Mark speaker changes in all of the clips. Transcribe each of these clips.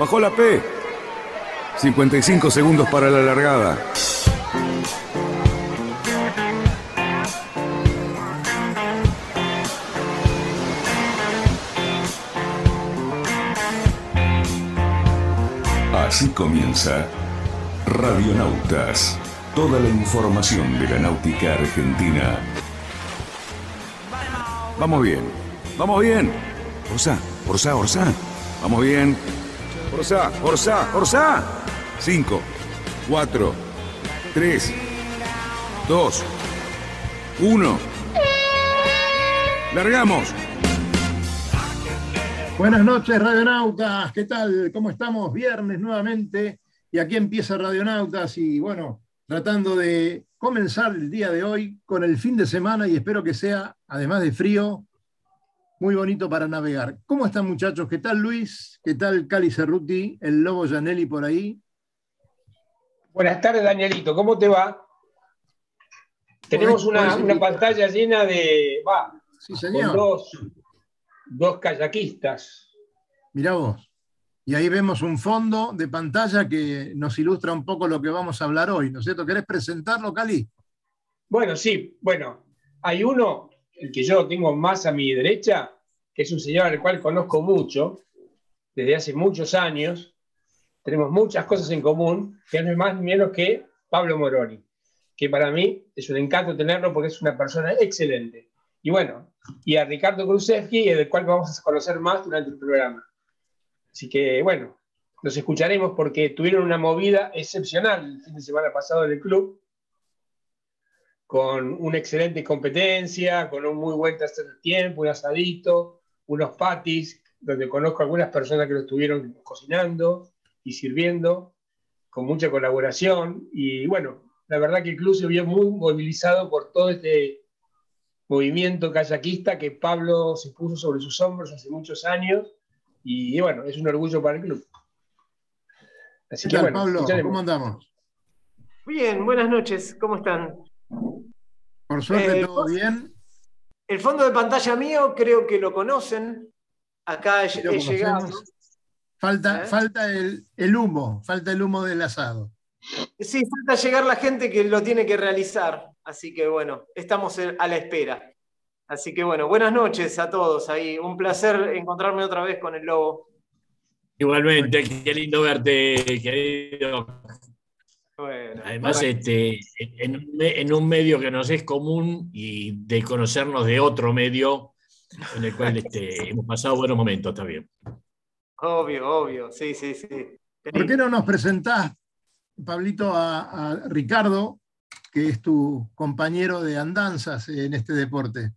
Speaker 1: Bajó la P. 55 segundos para la largada. Así comienza Radionautas. Toda la información de la náutica argentina. Vamos bien, vamos bien. Orsá, orsá, orsá. Vamos bien. Orsá, orsá, orsá. 5, 4, 3, 2, 1. ¡Largamos!
Speaker 2: Buenas noches, radionautas. ¿Qué tal? ¿Cómo estamos? Viernes nuevamente. Y aquí empieza Radionautas. Y bueno, tratando de comenzar el día de hoy con el fin de semana. Y espero que sea, además de frío, muy bonito para navegar. ¿Cómo están, muchachos? ¿Qué tal, Luis? ¿Qué tal, Cali Cerruti? El Lobo Gianelli por ahí.
Speaker 3: Buenas tardes, Danielito. ¿Cómo te va? Tenemos una pantalla llena de...
Speaker 2: Sí, señor.
Speaker 3: Con dos kayakistas.
Speaker 2: Mirá vos. Y ahí vemos un fondo de pantalla que nos ilustra un poco lo que vamos a hablar hoy, ¿no es cierto? ¿Querés presentarlo, Cali?
Speaker 3: Bueno, sí. Bueno, hay uno, el que yo tengo más a mi derecha, que es un señor al cual conozco mucho, desde hace muchos años. Tenemos muchas cosas en común, que no es más ni menos que Pablo Moroni, que para mí es un encanto tenerlo porque es una persona excelente. Y bueno, y a Ricardo Krusevsky, del cual vamos a conocer más durante el programa. Así que bueno, nos escucharemos porque tuvieron una movida excepcional el fin de semana pasado en el club, con una excelente competencia, con un muy buen tercer tiempo, un asadito, unos patis, donde conozco a algunas personas que lo estuvieron cocinando y sirviendo, con mucha colaboración. Y bueno, la verdad que el club se vio muy movilizado por todo este movimiento kayakista que Pablo se puso sobre sus hombros hace muchos años. Y bueno, es un orgullo para el club. Así
Speaker 2: ¿Qué
Speaker 3: que
Speaker 2: tal,
Speaker 3: bueno,
Speaker 2: Pablo?
Speaker 3: escucharemos.
Speaker 2: ¿Cómo andamos?
Speaker 4: Bien, buenas noches, ¿cómo están?
Speaker 2: Por suerte, ¿todo bien?
Speaker 4: El fondo de pantalla mío creo que lo conocen. Acá
Speaker 2: Sí, lo
Speaker 4: he llegado.
Speaker 2: Falta el humo, falta el humo del asado.
Speaker 4: Sí, falta llegar la gente que lo tiene que realizar. Así que bueno, estamos a la espera. Así que bueno, buenas noches a todos ahí. Un placer encontrarme otra vez con el Lobo.
Speaker 5: Igualmente, qué lindo verte, querido.
Speaker 4: Bueno,
Speaker 5: Además,
Speaker 4: bueno.
Speaker 5: en un medio que nos es común y de conocernos de otro medio en el cual hemos pasado buenos momentos también.
Speaker 4: Obvio, sí.
Speaker 2: ¿Por qué no nos presentás, Pablito, a Ricardo, que es tu compañero de andanzas en este deporte?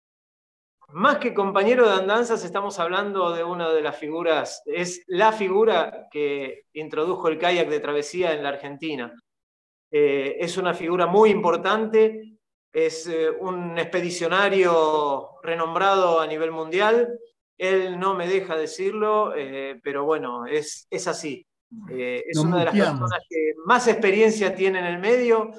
Speaker 4: Más que compañero de andanzas, estamos hablando de una de las figuras, es la figura que introdujo el kayak de travesía en la Argentina. Es una figura muy importante, es un expedicionario renombrado a nivel mundial. Él no me deja decirlo, pero bueno, es así. Es
Speaker 2: Nos
Speaker 4: una de las
Speaker 2: muteamos.
Speaker 4: personas que más experiencia tiene en el medio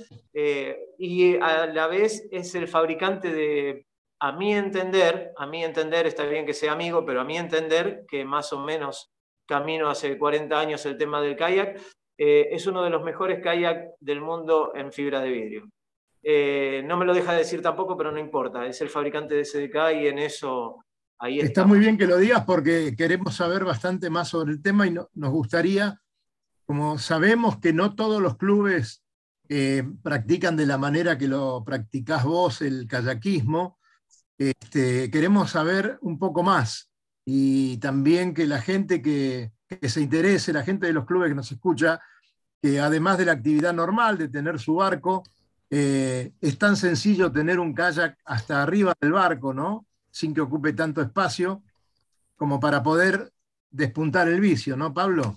Speaker 4: y a la vez es el fabricante de, a mi entender, está bien que sea amigo, pero a mi entender, que más o menos camino hace 40 años el tema del kayak, es uno de los mejores kayak del mundo en fibra de vidrio. No me lo deja decir tampoco, pero no importa, es el fabricante de SDK y en eso ahí
Speaker 2: Está
Speaker 4: estamos.
Speaker 2: muy bien que lo digas porque queremos saber bastante más sobre el tema y nos gustaría, como sabemos que no todos los clubes practican de la manera que lo practicás vos, el kayakismo, queremos saber un poco más y también que la gente que se interese, la gente de los clubes que nos escucha, que además de la actividad normal de tener su barco, es tan sencillo tener un kayak hasta arriba del barco, ¿no? Sin que ocupe tanto espacio, como para poder despuntar el vicio, ¿no, Pablo?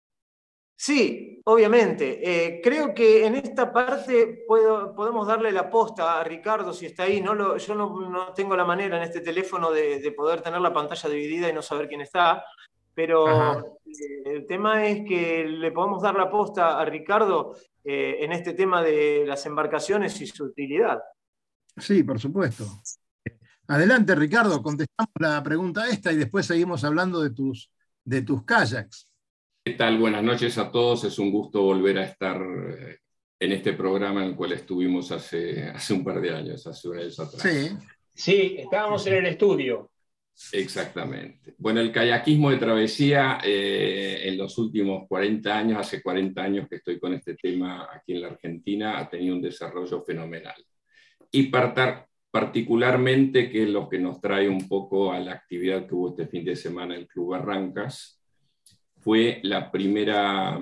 Speaker 4: Sí, obviamente. Creo que en esta parte podemos darle la posta a Ricardo si está ahí. Yo no tengo la manera en este teléfono de poder tener la pantalla dividida y no saber quién está, pero el tema es que le podemos dar la posta a Ricardo en este tema de las embarcaciones y su utilidad.
Speaker 2: Sí, por supuesto. Adelante, Ricardo, contestamos la pregunta esta y después seguimos hablando de tus kayaks.
Speaker 6: ¿Qué tal? Buenas noches a todos. Es un gusto volver a estar en este programa en el cual estuvimos hace un par de años, hace un año atrás.
Speaker 2: Sí.
Speaker 3: Sí, estábamos en el estudio.
Speaker 6: Exactamente. Bueno, el kayakismo de travesía en los últimos 40 años, hace 40 años que estoy con este tema aquí en la Argentina, ha tenido un desarrollo fenomenal. Y particularmente, que es lo que nos trae un poco a la actividad que hubo este fin de semana en el Club Barrancas, fue la primera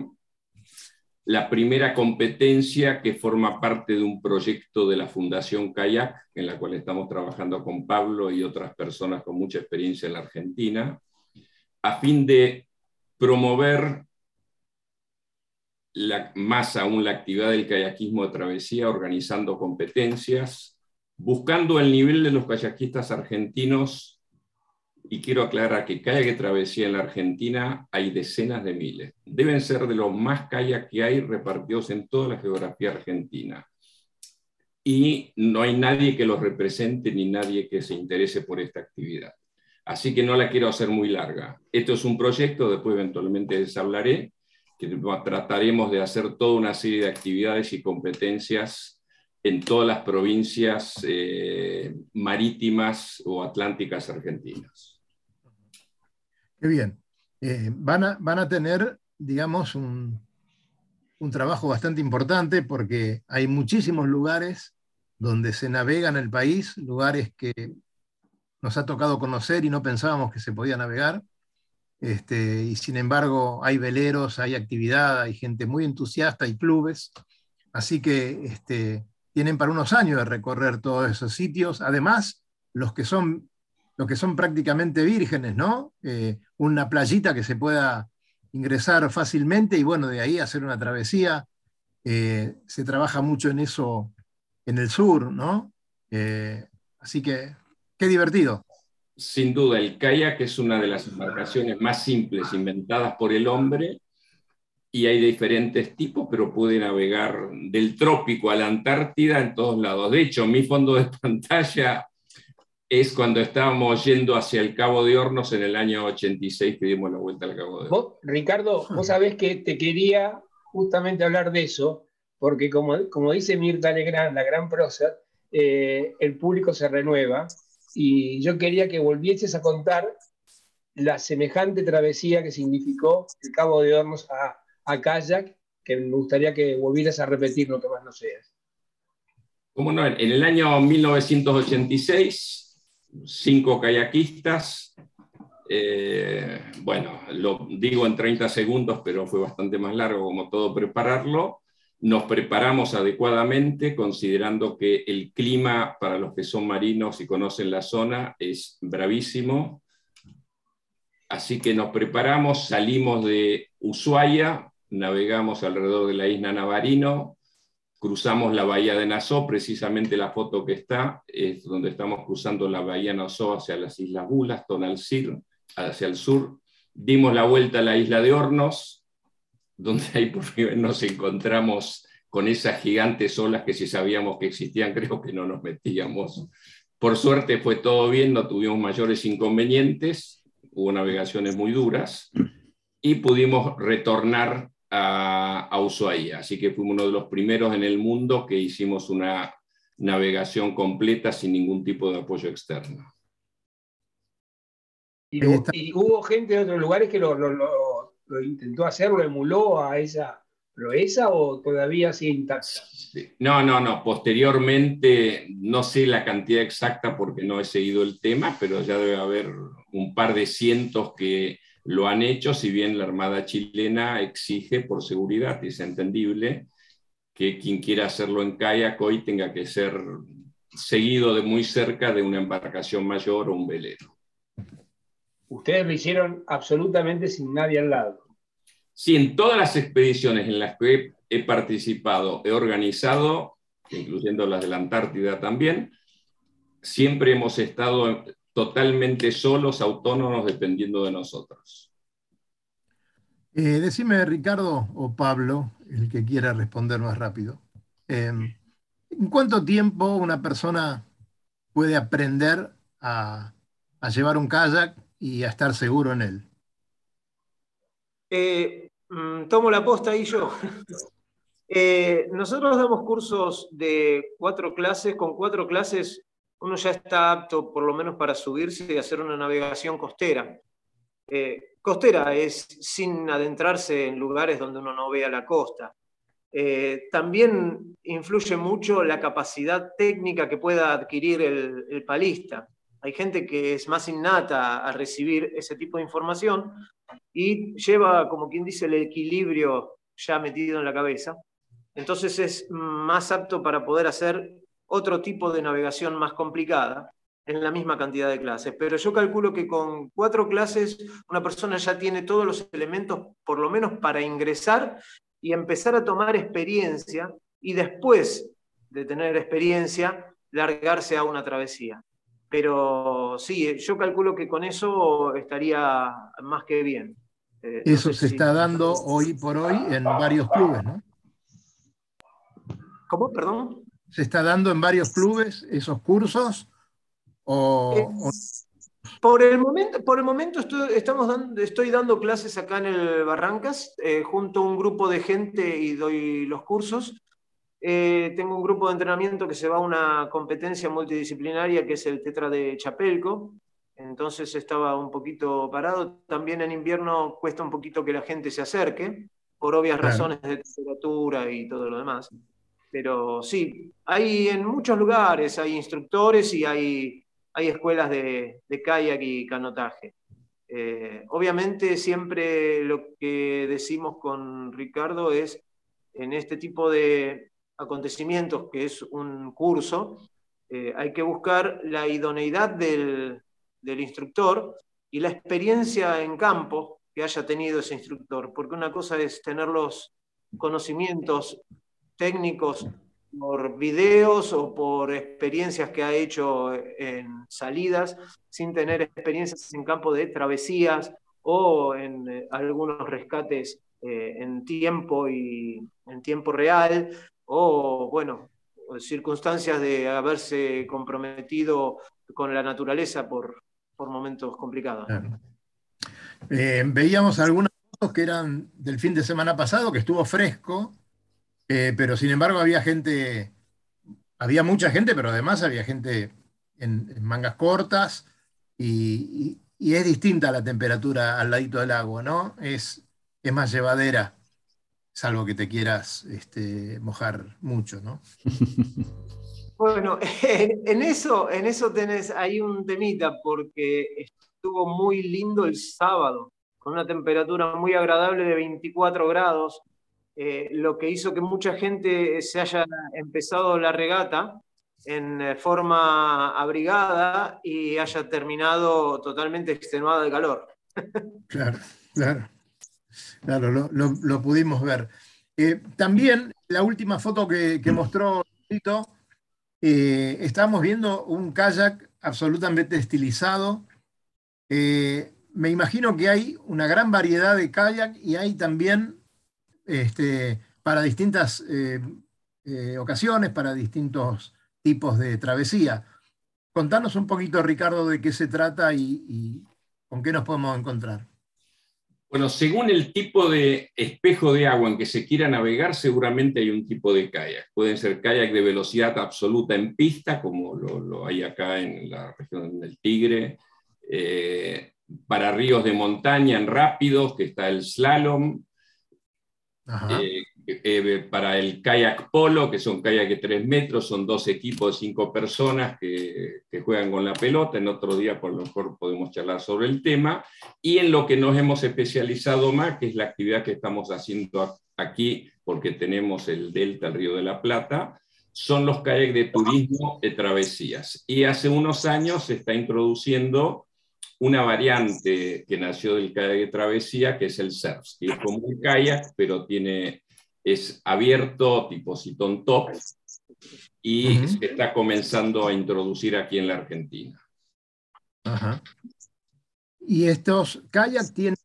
Speaker 6: competencia que forma parte de un proyecto de la Fundación Kayak, en la cual estamos trabajando con Pablo y otras personas con mucha experiencia en la Argentina, a fin de promover más aún la actividad del kayakismo de travesía, organizando competencias, buscando el nivel de los kayakistas argentinos. Y quiero aclarar que kayak de travesía en la Argentina hay decenas de miles. Deben ser de los más kayak que hay repartidos en toda la geografía argentina. Y no hay nadie que los represente ni nadie que se interese por esta actividad. Así que no la quiero hacer muy larga. Esto es un proyecto, después eventualmente les hablaré, que trataremos de hacer toda una serie de actividades y competencias en todas las provincias marítimas o atlánticas argentinas.
Speaker 2: Qué bien. Van a tener, digamos, un trabajo bastante importante porque hay muchísimos lugares donde se navega en el país, lugares que nos ha tocado conocer y no pensábamos que se podía navegar. Y sin embargo hay veleros, hay actividad, hay gente muy entusiasta, hay clubes. Así que tienen para unos años de recorrer todos esos sitios. Además, los que son prácticamente vírgenes, ¿no? Una playita que se pueda ingresar fácilmente y bueno, de ahí hacer una travesía. Se trabaja mucho en eso en el sur, ¿no? Así que, qué divertido.
Speaker 6: Sin duda, el kayak es una de las embarcaciones más simples inventadas por el hombre y hay de diferentes tipos, pero puede navegar del trópico a la Antártida en todos lados. De hecho, mi fondo de pantalla es cuando estábamos yendo hacia el Cabo de Hornos en el año 86 que dimos la vuelta al Cabo de Hornos.
Speaker 3: Ricardo, vos sabés que te quería justamente hablar de eso, porque como dice Mirta Legrand, la gran prócer, el público se renueva, y yo quería que volvieses a contar la semejante travesía que significó el Cabo de Hornos a kayak, que me gustaría que volvieras a repetir lo que más no seas.
Speaker 6: ¿Cómo no? En el año 1986... 5 kayakistas, bueno, lo digo en 30 segundos, pero fue bastante más largo como todo prepararlo. Nos preparamos adecuadamente, considerando que el clima para los que son marinos y conocen la zona es bravísimo. Así que nos preparamos, salimos de Ushuaia, navegamos alrededor de la isla Navarino, cruzamos la bahía de Nassau, precisamente la foto que está es donde estamos cruzando la bahía de Nassau hacia las Islas Bulas, Tonalsir, hacia el sur. Dimos la vuelta a la isla de Hornos, donde ahí por fin nos encontramos con esas gigantes olas que si sabíamos que existían, creo que no nos metíamos. Por suerte fue todo bien, no tuvimos mayores inconvenientes, hubo navegaciones muy duras, y pudimos retornar a Ushuaia. Así que fuimos uno de los primeros en el mundo que hicimos una navegación completa sin ningún tipo de apoyo externo.
Speaker 3: Y hubo gente de otros lugares que lo intentó hacer, lo emuló a esa proeza, o todavía sigue intacta.
Speaker 6: Sí. No. Posteriormente, no sé la cantidad exacta porque no he seguido el tema, pero ya debe haber un par de cientos que lo han hecho, si bien la Armada chilena exige por seguridad, y es entendible, que quien quiera hacerlo en kayak hoy tenga que ser seguido de muy cerca de una embarcación mayor o un velero.
Speaker 3: Ustedes lo hicieron absolutamente sin nadie al lado.
Speaker 6: Sí, en todas las expediciones en las que he participado, he organizado, incluyendo las de la Antártida también, siempre hemos estado totalmente solos, autónomos, dependiendo de nosotros.
Speaker 2: Decime, Ricardo o Pablo, el que quiera responder más rápido, ¿en cuánto tiempo una persona puede aprender a llevar un kayak y a estar seguro en él?
Speaker 4: Tomo la posta ahí yo. Nosotros damos cursos de 4 clases. Con 4 clases uno ya está apto, por lo menos, para subirse y hacer una navegación costera. Costera es sin adentrarse en lugares donde uno no vea la costa. También influye mucho la capacidad técnica que pueda adquirir el palista. Hay gente que es más innata a recibir ese tipo de información y lleva, como quien dice, el equilibrio ya metido en la cabeza. Entonces es más apto para poder hacer otro tipo de navegación más complicada en la misma cantidad de clases. Pero yo calculo que con 4 clases una persona ya tiene todos los elementos, por lo menos para ingresar y empezar a tomar experiencia, y después de tener experiencia, largarse a una travesía. Pero sí, yo calculo que con eso estaría más que bien.
Speaker 2: Eso se está dando hoy por hoy en varios clubes, ¿no?
Speaker 4: ¿Cómo? Perdón.
Speaker 2: ¿Se está dando en varios clubes esos cursos?
Speaker 4: Por el momento estoy dando clases acá en el Barrancas, junto a un grupo de gente y doy los cursos. Tengo un grupo de entrenamiento que se va a una competencia multidisciplinaria que es el Tetra de Chapelco, entonces estaba un poquito parado. También en invierno cuesta un poquito que la gente se acerque, por obvias razones de temperatura y todo lo demás. Pero sí, hay en muchos lugares, hay instructores y hay escuelas de kayak y canotaje. Obviamente siempre lo que decimos con Ricardo es, en este tipo de acontecimientos que es un curso, hay que buscar la idoneidad del instructor y la experiencia en campo que haya tenido ese instructor, porque una cosa es tener los conocimientos técnicos por videos o por experiencias que ha hecho en salidas, sin tener experiencias en campo de travesías o en algunos rescates en tiempo y en tiempo real, o bueno, circunstancias de haberse comprometido con la naturaleza por momentos complicados.
Speaker 2: Claro. Veíamos algunas fotos que eran del fin de semana pasado, que estuvo fresco, pero sin embargo había mucha gente, pero además había gente en mangas cortas y es distinta la temperatura al ladito del agua, ¿no? Es más llevadera, salvo que te quieras mojar mucho, ¿no?
Speaker 4: Bueno, en eso tenés ahí un temita, porque estuvo muy lindo el sábado, con una temperatura muy agradable de 24 grados, lo que hizo que mucha gente se haya empezado la regata en forma abrigada y haya terminado totalmente extenuada de calor.
Speaker 2: Claro, claro. Claro, lo pudimos ver. También la última foto que mostró Tito, estábamos viendo un kayak absolutamente estilizado. Me imagino que hay una gran variedad de kayak y hay también para distintas ocasiones, para distintos tipos de travesía. Contanos un poquito, Ricardo, de qué se trata y con qué nos podemos encontrar.
Speaker 6: Bueno, según el tipo de espejo de agua en que se quiera navegar, seguramente hay un tipo de kayak. Pueden ser kayak de velocidad absoluta en pista, como lo hay acá en la región del Tigre, para ríos de montaña en rápidos, que está el slalom, para el kayak polo, que son kayak de 3 metros, son 2 equipos de 5 personas que juegan con la pelota. En otro día por lo mejor podemos charlar sobre el tema. Y en lo que nos hemos especializado más, que es la actividad que estamos haciendo aquí, porque tenemos el Delta, el Río de la Plata, son los kayak de turismo de travesías. Y hace unos años se está introduciendo una variante que nació del kayak de travesía, que es el surf, que es como un kayak, pero es abierto, tipo sit-on top, y se está comenzando a introducir aquí en la Argentina.
Speaker 2: Ajá. Y estos kayaks tienen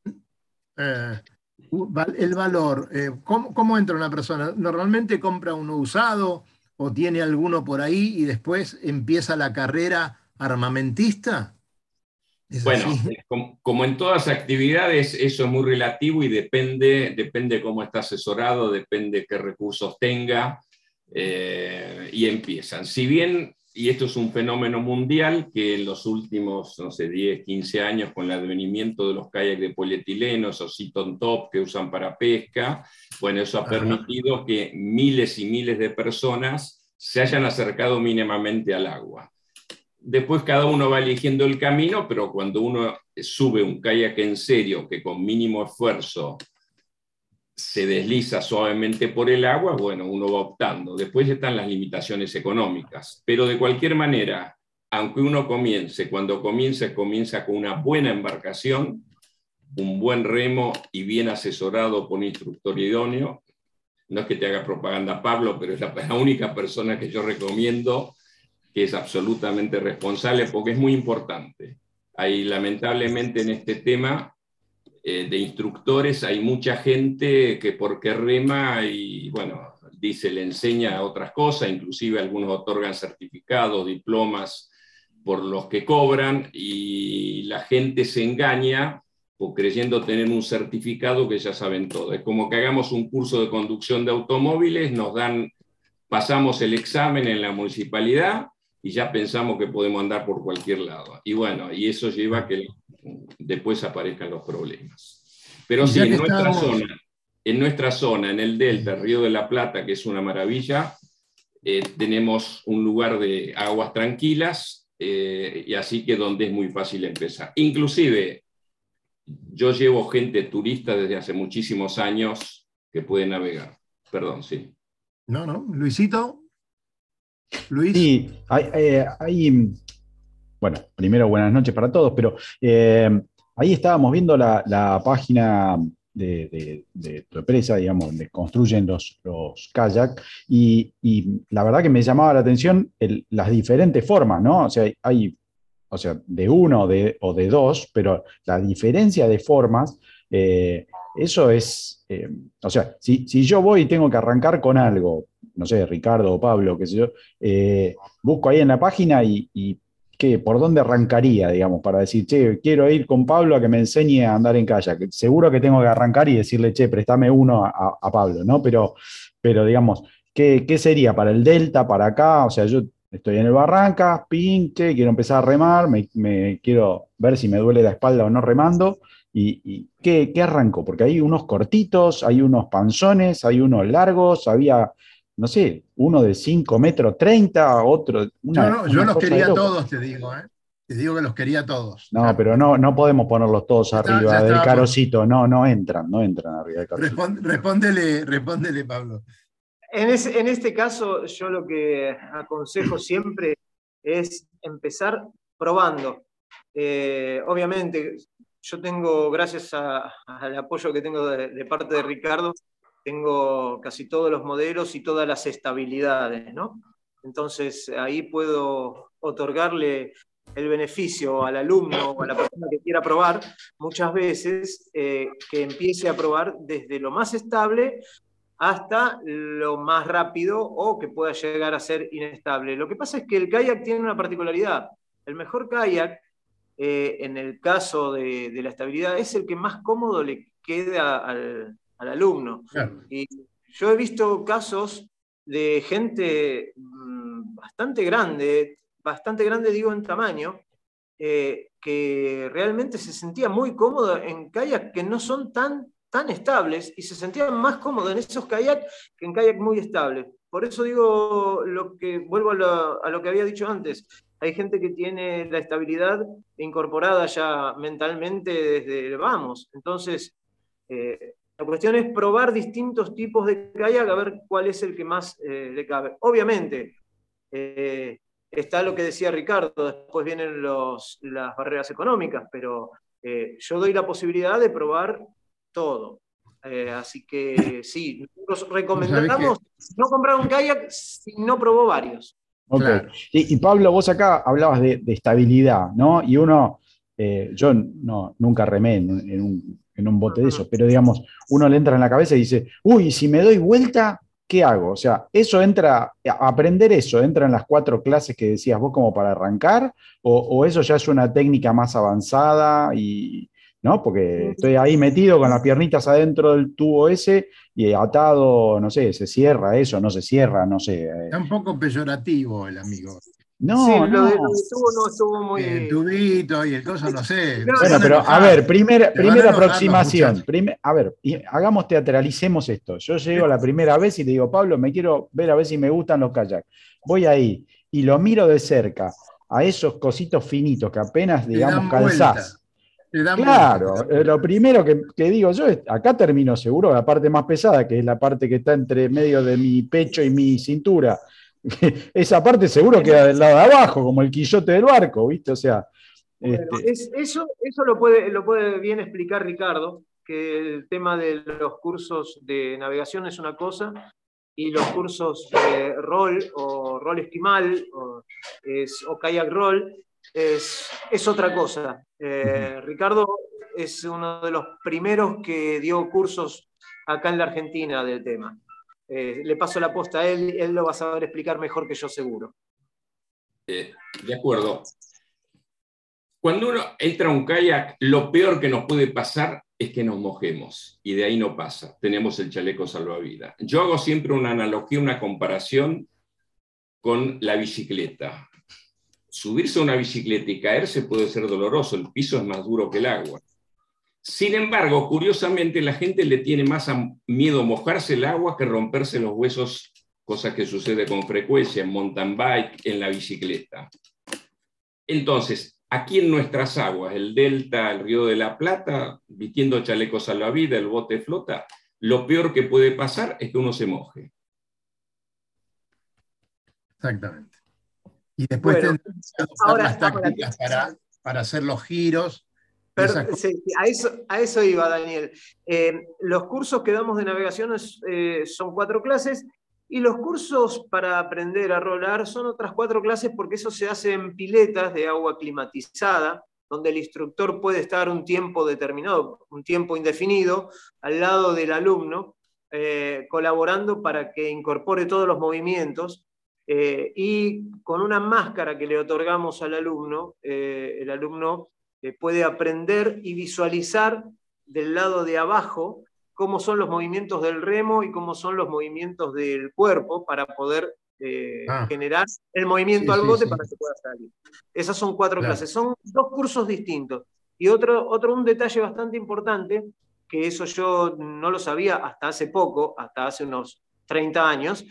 Speaker 2: el valor. ¿Cómo entra una persona? ¿Normalmente compra uno usado o tiene alguno por ahí y después empieza la carrera armamentista? Es
Speaker 6: Bueno,
Speaker 2: así.
Speaker 6: como en todas actividades, eso es muy relativo y depende cómo está asesorado, depende qué recursos tenga, y empiezan. Si bien, y esto es un fenómeno mundial, que en los últimos, no sé, 10, 15 años, con el advenimiento de los kayaks de polietileno, esos sit-on top que usan para pesca, bueno, eso ha permitido que miles y miles de personas se hayan acercado mínimamente al agua. Después cada uno va eligiendo el camino, pero cuando uno sube un kayak en serio, que con mínimo esfuerzo se desliza suavemente por el agua, bueno, uno va optando. Después están las limitaciones económicas. Pero de cualquier manera, aunque uno cuando comienza con una buena embarcación, un buen remo y bien asesorado por un instructor idóneo. No es que te haga propaganda, Pablo, pero es la única persona que yo recomiendo que es absolutamente responsable, porque es muy importante. Hay, lamentablemente, en este tema de instructores, hay mucha gente que porque rema y, bueno, le enseña otras cosas, inclusive algunos otorgan certificados, diplomas por los que cobran, y la gente se engaña o creyendo tener un certificado que ya saben todo. Es como que hagamos un curso de conducción de automóviles, pasamos el examen en la municipalidad y ya pensamos que podemos andar por cualquier lado. Y bueno, y eso lleva a que después aparezcan los problemas. Pero sí, en nuestra zona, en el Delta, Río de la Plata, que es una maravilla, tenemos un lugar de aguas tranquilas, y así que donde es muy fácil empezar. Inclusive, yo llevo gente turista desde hace muchísimos años que puede navegar. Perdón, sí.
Speaker 2: No, Luisito. Luis.
Speaker 7: Sí, bueno, primero buenas noches para todos, pero ahí estábamos viendo la página de tu empresa, digamos, donde construyen los kayak, y la verdad que me llamaba la atención las diferentes formas, ¿no? O sea, de uno o de dos, pero la diferencia de formas, eso es, o sea, si yo voy y tengo que arrancar con algo, no sé, Ricardo o Pablo, qué sé yo, busco ahí en la página y ¿por dónde arrancaría, digamos, para decir, che, quiero ir con Pablo a que me enseñe a andar en kayak? Seguro que tengo que arrancar y decirle, che, préstame uno a Pablo, ¿no? Pero digamos, ¿qué sería para el Delta, para acá? O sea, yo estoy en el Barrancas, pinche, quiero empezar a remar, me quiero ver si me duele la espalda o no remando. ¿Y qué arranco? Porque hay unos cortitos, hay unos panzones, hay unos largos, había, no sé, uno de 5 metros 30, otro.
Speaker 2: Yo los
Speaker 7: cosa de
Speaker 2: quería
Speaker 7: loco.
Speaker 2: todos, te digo, ¿eh? Te digo que los quería todos.
Speaker 7: No, pero no podemos ponerlos todos
Speaker 2: Ya
Speaker 7: arriba del
Speaker 2: estaba por.
Speaker 7: carocito, no entran arriba del carocito.
Speaker 2: Respóndele, Pablo.
Speaker 4: En este caso, yo lo que aconsejo siempre es empezar probando. Obviamente, yo tengo, gracias al apoyo que tengo de parte de Ricardo, tengo casi todos los modelos y todas las estabilidades, ¿no? Entonces, ahí puedo otorgarle el beneficio al alumno o a la persona que quiera probar, muchas veces, que empiece a probar desde lo más estable hasta lo más rápido o que pueda llegar a ser inestable. Lo que pasa es que el kayak tiene una particularidad. El mejor kayak, en el caso de la estabilidad, es el que más cómodo le queda al alumno.
Speaker 2: Claro.
Speaker 4: Y yo he visto casos de gente bastante grande digo en tamaño, que realmente se sentía muy cómodo en kayak que no son tan estables, y se sentían más cómodos en esos kayak que en kayak muy estables. Por eso digo, vuelvo a lo que había dicho antes. Hay gente que tiene la estabilidad incorporada ya mentalmente desde el vamos. Entonces, la cuestión es probar distintos tipos de kayak a ver cuál es el que más le cabe. Obviamente, está lo que decía Ricardo, después vienen las barreras económicas, pero yo doy la posibilidad de probar todo. Así que sí, nosotros recomendamos no comprar un kayak si no probó varios.
Speaker 7: Ok.
Speaker 2: Claro.
Speaker 7: Y Pablo, vos acá hablabas de estabilidad, ¿no? Y yo nunca remé en un bote de esos, pero digamos, uno le entra en la cabeza y dice, uy, si me doy vuelta, ¿qué hago? O sea, aprender eso entra en las 4 clases que decías vos como para arrancar, o eso ya es una técnica más avanzada ¿no? Porque estoy ahí metido con las piernitas adentro del tubo ese y atado, no sé, se cierra eso, no se cierra, no sé.
Speaker 2: Está un poco peyorativo el amigo.
Speaker 4: Sí,
Speaker 7: No,
Speaker 4: lo de
Speaker 7: no.
Speaker 4: tubo no estuvo muy.
Speaker 2: El tubito y el coso, no sé.
Speaker 4: No,
Speaker 2: se
Speaker 7: Bueno,
Speaker 2: van a
Speaker 7: pero a
Speaker 2: enojar.
Speaker 7: ver,
Speaker 2: Se van
Speaker 7: primera
Speaker 2: a enojar los
Speaker 7: aproximación.
Speaker 2: muchachos.
Speaker 7: A ver, hagamos, teatralicemos esto. Yo llego la primera vez y le digo, Pablo, me quiero ver a ver si me gustan los kayaks. Voy ahí y lo miro de cerca, a esos cositos finitos que apenas,
Speaker 2: Te
Speaker 7: digamos,
Speaker 2: dan vuelta.
Speaker 7: calzás.
Speaker 2: Te dan
Speaker 7: Claro,
Speaker 2: vuelta.
Speaker 7: lo primero que digo yo es, acá termino seguro la parte más pesada, que es la parte que está entre medio de mi pecho y mi cintura. Esa parte seguro queda del lado de abajo, como el quillote del barco, ¿viste? O sea,
Speaker 4: Bueno, eso lo puede bien explicar Ricardo, que el tema de los cursos de navegación es una cosa y los cursos de rol o rol esquimal o kayak roll es otra cosa. Ricardo es uno de los primeros que dio cursos acá en la Argentina del tema. Le paso la posta a él lo va a saber explicar mejor que yo seguro.
Speaker 6: De acuerdo. Cuando uno entra a un kayak, lo peor que nos puede pasar es que nos mojemos, y de ahí no pasa. Tenemos el chaleco salvavidas. Yo hago siempre una analogía, una comparación con la bicicleta. Subirse a una bicicleta y caerse puede ser doloroso, el piso es más duro que el agua. Sin embargo, curiosamente, la gente le tiene más miedo mojarse el agua que romperse los huesos, cosa que sucede con frecuencia en mountain bike, en la bicicleta. Entonces, aquí en nuestras aguas, el Delta, el Río de la Plata, vistiendo chalecos salvavidas, el bote flota, lo peor que puede pasar es que uno se moje.
Speaker 2: Exactamente. Y después
Speaker 4: Bueno,
Speaker 2: tendrán que usar las tácticas para hacer los giros.
Speaker 4: Sí, a eso iba, Daniel. Los cursos que damos de navegación son 4 clases y los cursos para aprender a rolar son otras 4 clases porque eso se hace en piletas de agua climatizada, donde el instructor puede estar un tiempo determinado, un tiempo indefinido, al lado del alumno, colaborando para que incorpore todos los movimientos. Y con una máscara que le otorgamos al alumno, el alumno puede aprender y visualizar del lado de abajo cómo son los movimientos del remo y cómo son los movimientos del cuerpo para poder generar el movimiento al bote para que pueda salir. Esas son 4 clases. Son 2 cursos distintos. Y un detalle bastante importante, que eso yo no lo sabía hasta hace poco, hasta hace unos 30 años,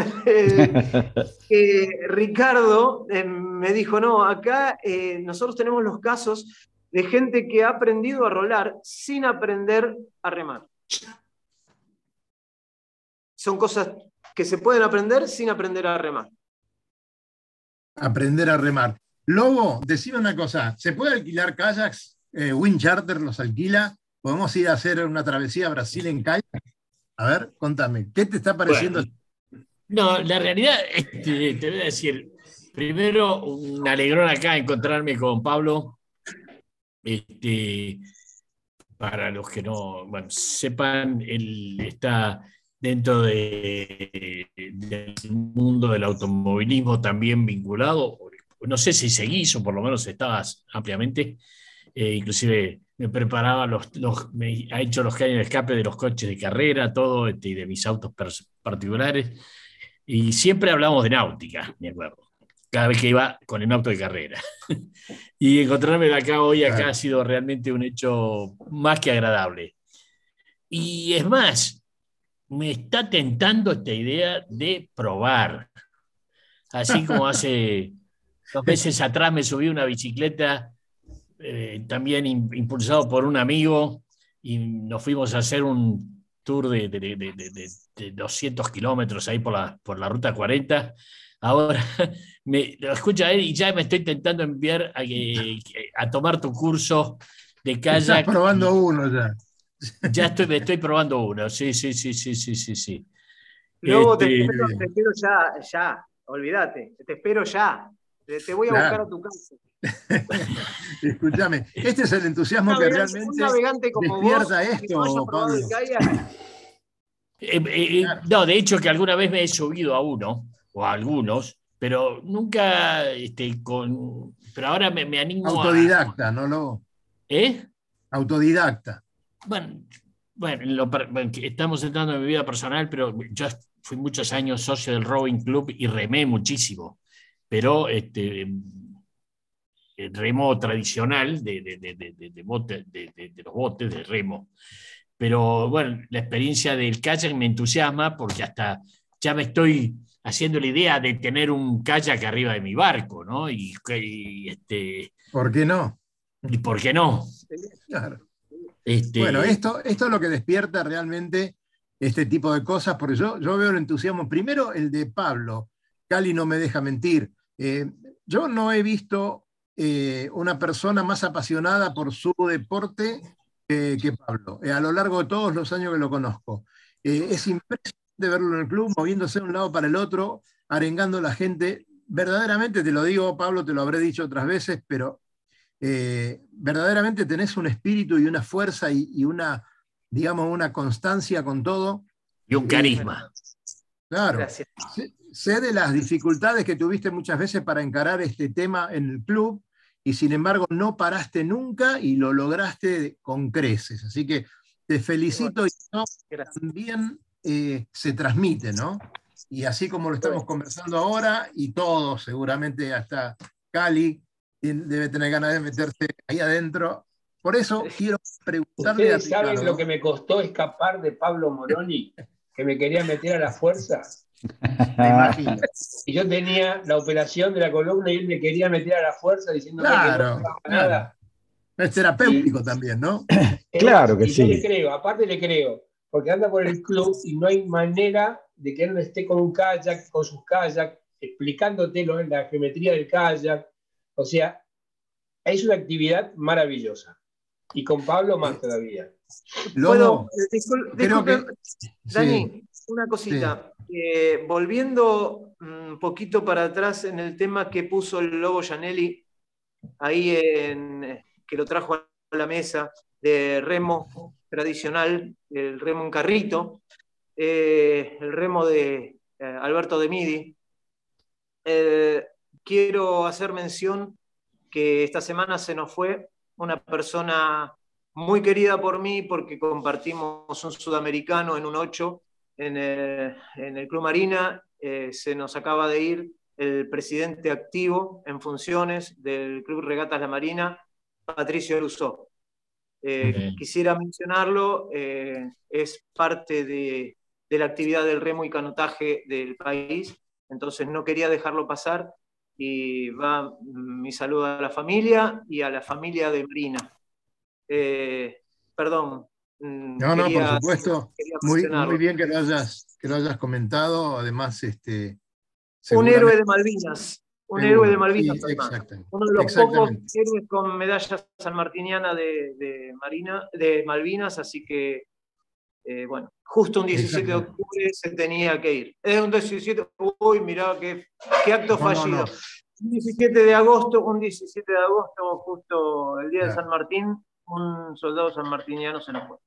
Speaker 4: Ricardo me dijo, no, acá nosotros tenemos los casos de gente que ha aprendido a rolar sin aprender a remar. Son cosas que se pueden aprender sin aprender a remar.
Speaker 2: Aprender a remar. Lobo, decime una cosa, ¿se puede alquilar kayaks? Wind Charter los alquila. ¿Podemos ir a hacer una travesía a Brasil en kayak? A ver, contame, ¿qué te está pareciendo?
Speaker 5: Bueno, no, la realidad, te voy a decir, primero, un alegrón acá encontrarme con Pablo. Para los que no sepan, él está dentro del mundo del automovilismo también vinculado. No sé si seguís o por lo menos estabas ampliamente. Inclusive me preparaba me ha hecho los caños de escape de los coches de carrera, todo, y de mis autos particulares. Y siempre hablamos de náutica, me acuerdo. Cada vez que iba con el auto de carrera. Y encontrarme acá hoy ha sido realmente un hecho más que agradable. Y es más, me está tentando esta idea de probar. Así como hace 2 meses atrás me subí una bicicleta, también impulsado por un amigo, y nos fuimos a hacer un tour de 200 kilómetros ahí por la Ruta 40. Ahora lo escucho a él y ya me estoy intentando enviar a tomar tu curso de kayak.
Speaker 2: Estás probando uno ya.
Speaker 5: Ya me estoy probando uno, sí.
Speaker 4: Luego te espero ya, olvídate, te espero ya. Te voy a buscar a tu casa.
Speaker 2: Escúchame, este es el entusiasmo que realmente
Speaker 4: un navegante como
Speaker 2: despierta
Speaker 4: vos,
Speaker 2: esto, Pablo.
Speaker 5: No, de hecho que alguna vez me he subido a uno, o a algunos, pero nunca pero ahora me animo a...
Speaker 2: Autodidacta, no lo.
Speaker 5: ¿Eh?
Speaker 2: Autodidacta.
Speaker 5: Bueno, bueno, que estamos entrando en mi vida personal, pero yo fui muchos años socio del Rowing Club y remé muchísimo, pero el remo tradicional de los botes de remo. Pero bueno, la experiencia del kayak me entusiasma porque hasta ya me estoy haciendo la idea de tener un kayak arriba de mi barco, ¿no?
Speaker 2: ¿Por qué no?
Speaker 5: ¿Y por qué no?
Speaker 2: Claro. Bueno, esto es lo que despierta realmente este tipo de cosas, porque yo veo el entusiasmo. Primero, el de Pablo. Cali no me deja mentir. Yo no he visto una persona más apasionada por su deporte que Pablo, a lo largo de todos los años que lo conozco. Es impresionante verlo en el club, moviéndose de un lado para el otro, arengando a la gente. Verdaderamente, te lo digo, Pablo, te lo habré dicho otras veces, pero verdaderamente tenés un espíritu y una fuerza y una, digamos, una constancia con todo.
Speaker 5: Y un carisma.
Speaker 2: Claro.
Speaker 4: Gracias.
Speaker 2: Sé de las dificultades que tuviste muchas veces para encarar este tema en el club y sin embargo no paraste nunca y lo lograste con creces. Así que te felicito y eso también se transmite, ¿no? Y así como lo estamos conversando ahora y todos, seguramente hasta Cali debe tener ganas de meterse ahí adentro. Por eso quiero preguntarle
Speaker 3: ¿Ustedes saben lo que me costó escapar de Pablo Moroni, que me quería meter a la fuerza?
Speaker 2: Me imagino.
Speaker 3: Y yo tenía la operación de la columna y él me quería meter a la fuerza diciendo que
Speaker 2: Claro,
Speaker 3: no pasaba
Speaker 2: claro.
Speaker 3: nada.
Speaker 2: Es terapéutico también, ¿no?
Speaker 7: Claro que
Speaker 3: y yo
Speaker 7: sí.
Speaker 3: le creo, aparte le creo, porque anda por el club y no hay manera de que él no esté con un kayak, con sus kayak, explicándote la geometría del kayak. O sea, es una actividad maravillosa. Y con Pablo más todavía.
Speaker 2: Lobo, creo
Speaker 4: Disculpe,
Speaker 2: que-
Speaker 4: Dani, una cosita. Volviendo un poquito para atrás en el tema que puso el Lobo Gianelli, ahí que lo trajo a la mesa, de remo tradicional, el remo en carrito, el remo de Alberto de Midi. Quiero hacer mención que esta semana se nos fue una persona muy querida por mí porque compartimos un sudamericano en un 8 en el Club Marina. Se nos acaba de ir el presidente activo en funciones del Club Regatas La Marina, Patricio Rousseau. Quisiera mencionarlo, es parte de la actividad del remo y canotaje del país, entonces no quería dejarlo pasar. Y va mi saludo a la familia y a la familia de Marina. Perdón.
Speaker 2: No, por supuesto. Muy bien que lo hayas comentado. Además,
Speaker 4: un héroe de Malvinas. Un héroe de Malvinas.
Speaker 2: Sí,
Speaker 4: uno de los pocos héroes con medalla sanmartiniana de Malvinas, así que bueno, justo un 17 de octubre se tenía que ir. Es un 17, uy, mirá qué acto fallido. Un 17 de agosto, justo el día de San Martín, un soldado sanmartiniano se nos fue.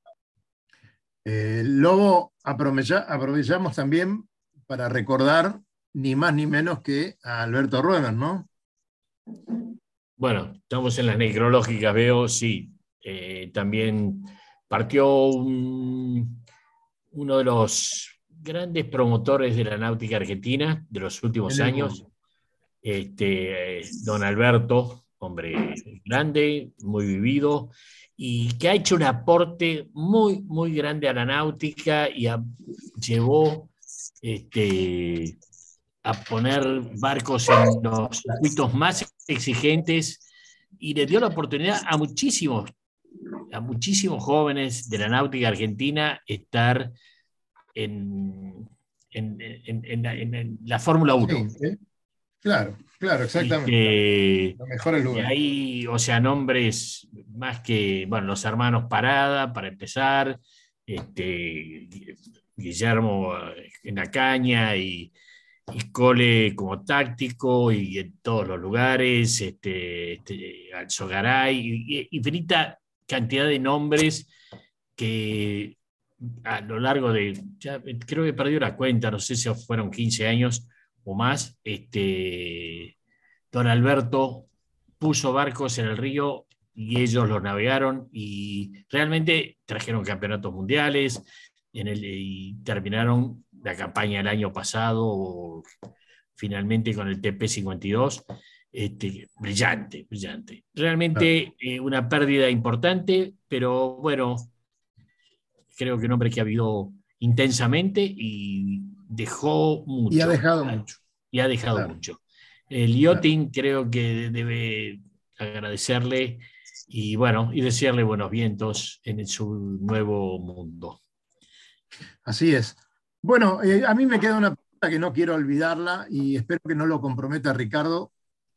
Speaker 2: Lobo, aprovechamos también para recordar ni más ni menos que a Alberto Ruemer, ¿no?
Speaker 5: Bueno, estamos en las necrológicas, veo, sí. También partió uno de los grandes promotores de la náutica argentina de los últimos años, don Alberto, hombre grande, muy vivido, y que ha hecho un aporte muy, muy grande a la náutica y llevó a poner barcos en los circuitos más exigentes y le dio la oportunidad a muchísimos jóvenes de la náutica argentina estar en la Fórmula 1.
Speaker 2: Sí, claro, exactamente. Los mejores lugares.
Speaker 5: Y ahí, o sea, nombres más que, bueno, los hermanos Parada, para empezar, Guillermo en la caña y Cole como táctico y en todos los lugares, Alzogaray, infinita cantidad de nombres que a lo largo de, ya creo que perdió la cuenta, no sé si fueron 15 años o más, don Alberto puso barcos en el río y ellos los navegaron y realmente trajeron campeonatos mundiales y terminaron la campaña el año pasado finalmente con el TP52. Brillante, brillante. Realmente una pérdida importante, pero bueno, creo que un hombre que ha vivido intensamente y dejó mucho.
Speaker 2: Y ha dejado mucho.
Speaker 5: Y ha dejado
Speaker 2: Claro.
Speaker 5: mucho. El yachting creo que debe agradecerle y bueno, y desearle buenos vientos en su nuevo mundo.
Speaker 2: Así es. Bueno, a mí me queda una pregunta que no quiero olvidarla y espero que no lo comprometa Ricardo.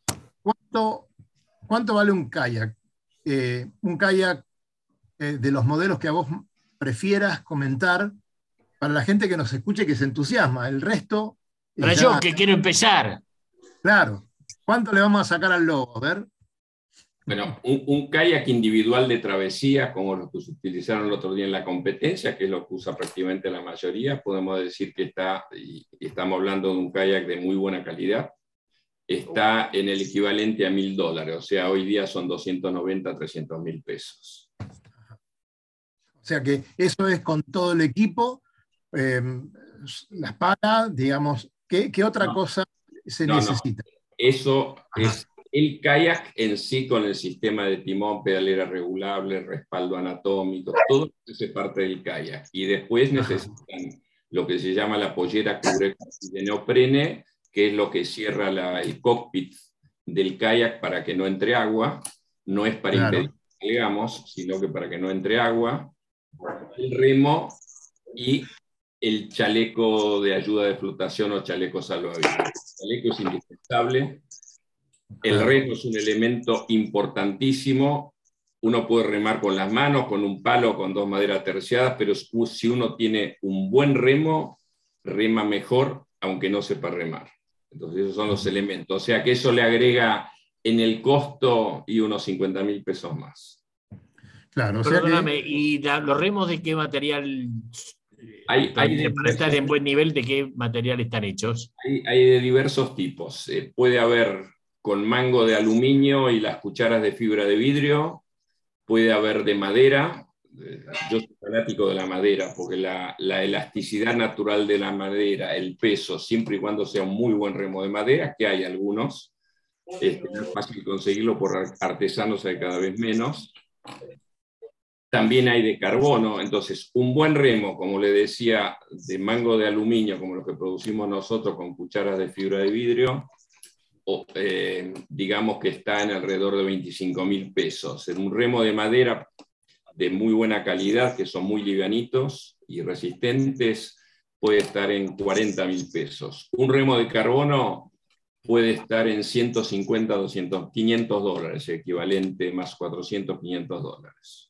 Speaker 2: ¿Cuánto vale un kayak? Un kayak de los modelos que a vos prefieras comentar para la gente que nos escuche que se entusiasma. El resto...
Speaker 5: Para yo que quiero empezar.
Speaker 2: Claro. ¿Cuánto le vamos a sacar al lobo? A ver.
Speaker 6: Bueno, un kayak individual de travesía, como los que se utilizaron el otro día en la competencia, que es lo que usa prácticamente la mayoría, podemos decir que y estamos hablando de un kayak de muy buena calidad, está en el equivalente a $1.000, o sea, hoy día son 290, 300 mil pesos.
Speaker 2: O sea que eso es con todo el equipo, las palas, digamos, ¿qué otra cosa se necesita?
Speaker 6: Eso es el kayak en sí, con el sistema de timón, pedalera regulable, respaldo anatómico, todo eso es parte del kayak. Y después necesitan lo que se llama la pollera cubre de neoprene, que es lo que cierra el cockpit del kayak para que no entre agua. No es para impedir que digamos, sino que para que no entre agua. El remo y el chaleco de ayuda de flotación o chaleco salvavidas. El chaleco es indispensable. El remo es un elemento importantísimo. Uno puede remar con las manos, con un palo, con dos maderas terciadas, pero si uno tiene un buen remo, rema mejor, aunque no sepa remar. Entonces esos son los elementos. O sea que eso le agrega en el costo y unos 50 mil pesos más.
Speaker 2: Claro, o sea
Speaker 5: perdóname, ¿y los remos de qué material? Para estar en buen nivel, ¿de qué material están hechos?
Speaker 6: Hay de diversos tipos. Puede haber con mango de aluminio y las cucharas de fibra de vidrio. Puede haber de madera. Yo soy fanático de la madera porque la elasticidad natural de la madera, el peso, siempre y cuando sea un muy buen remo de madera, que hay algunos, no es fácil conseguirlo por artesanos, hay cada vez menos. También hay de carbono, entonces un buen remo, como le decía, de mango de aluminio, como los que producimos nosotros con cucharas de fibra de vidrio, digamos que está en alrededor de 25 mil pesos. En un remo de madera de muy buena calidad, que son muy livianitos y resistentes, puede estar en 40 mil pesos. Un remo de carbono puede estar en 150, 200, 500 dólares, equivalente más 400, 500 dólares.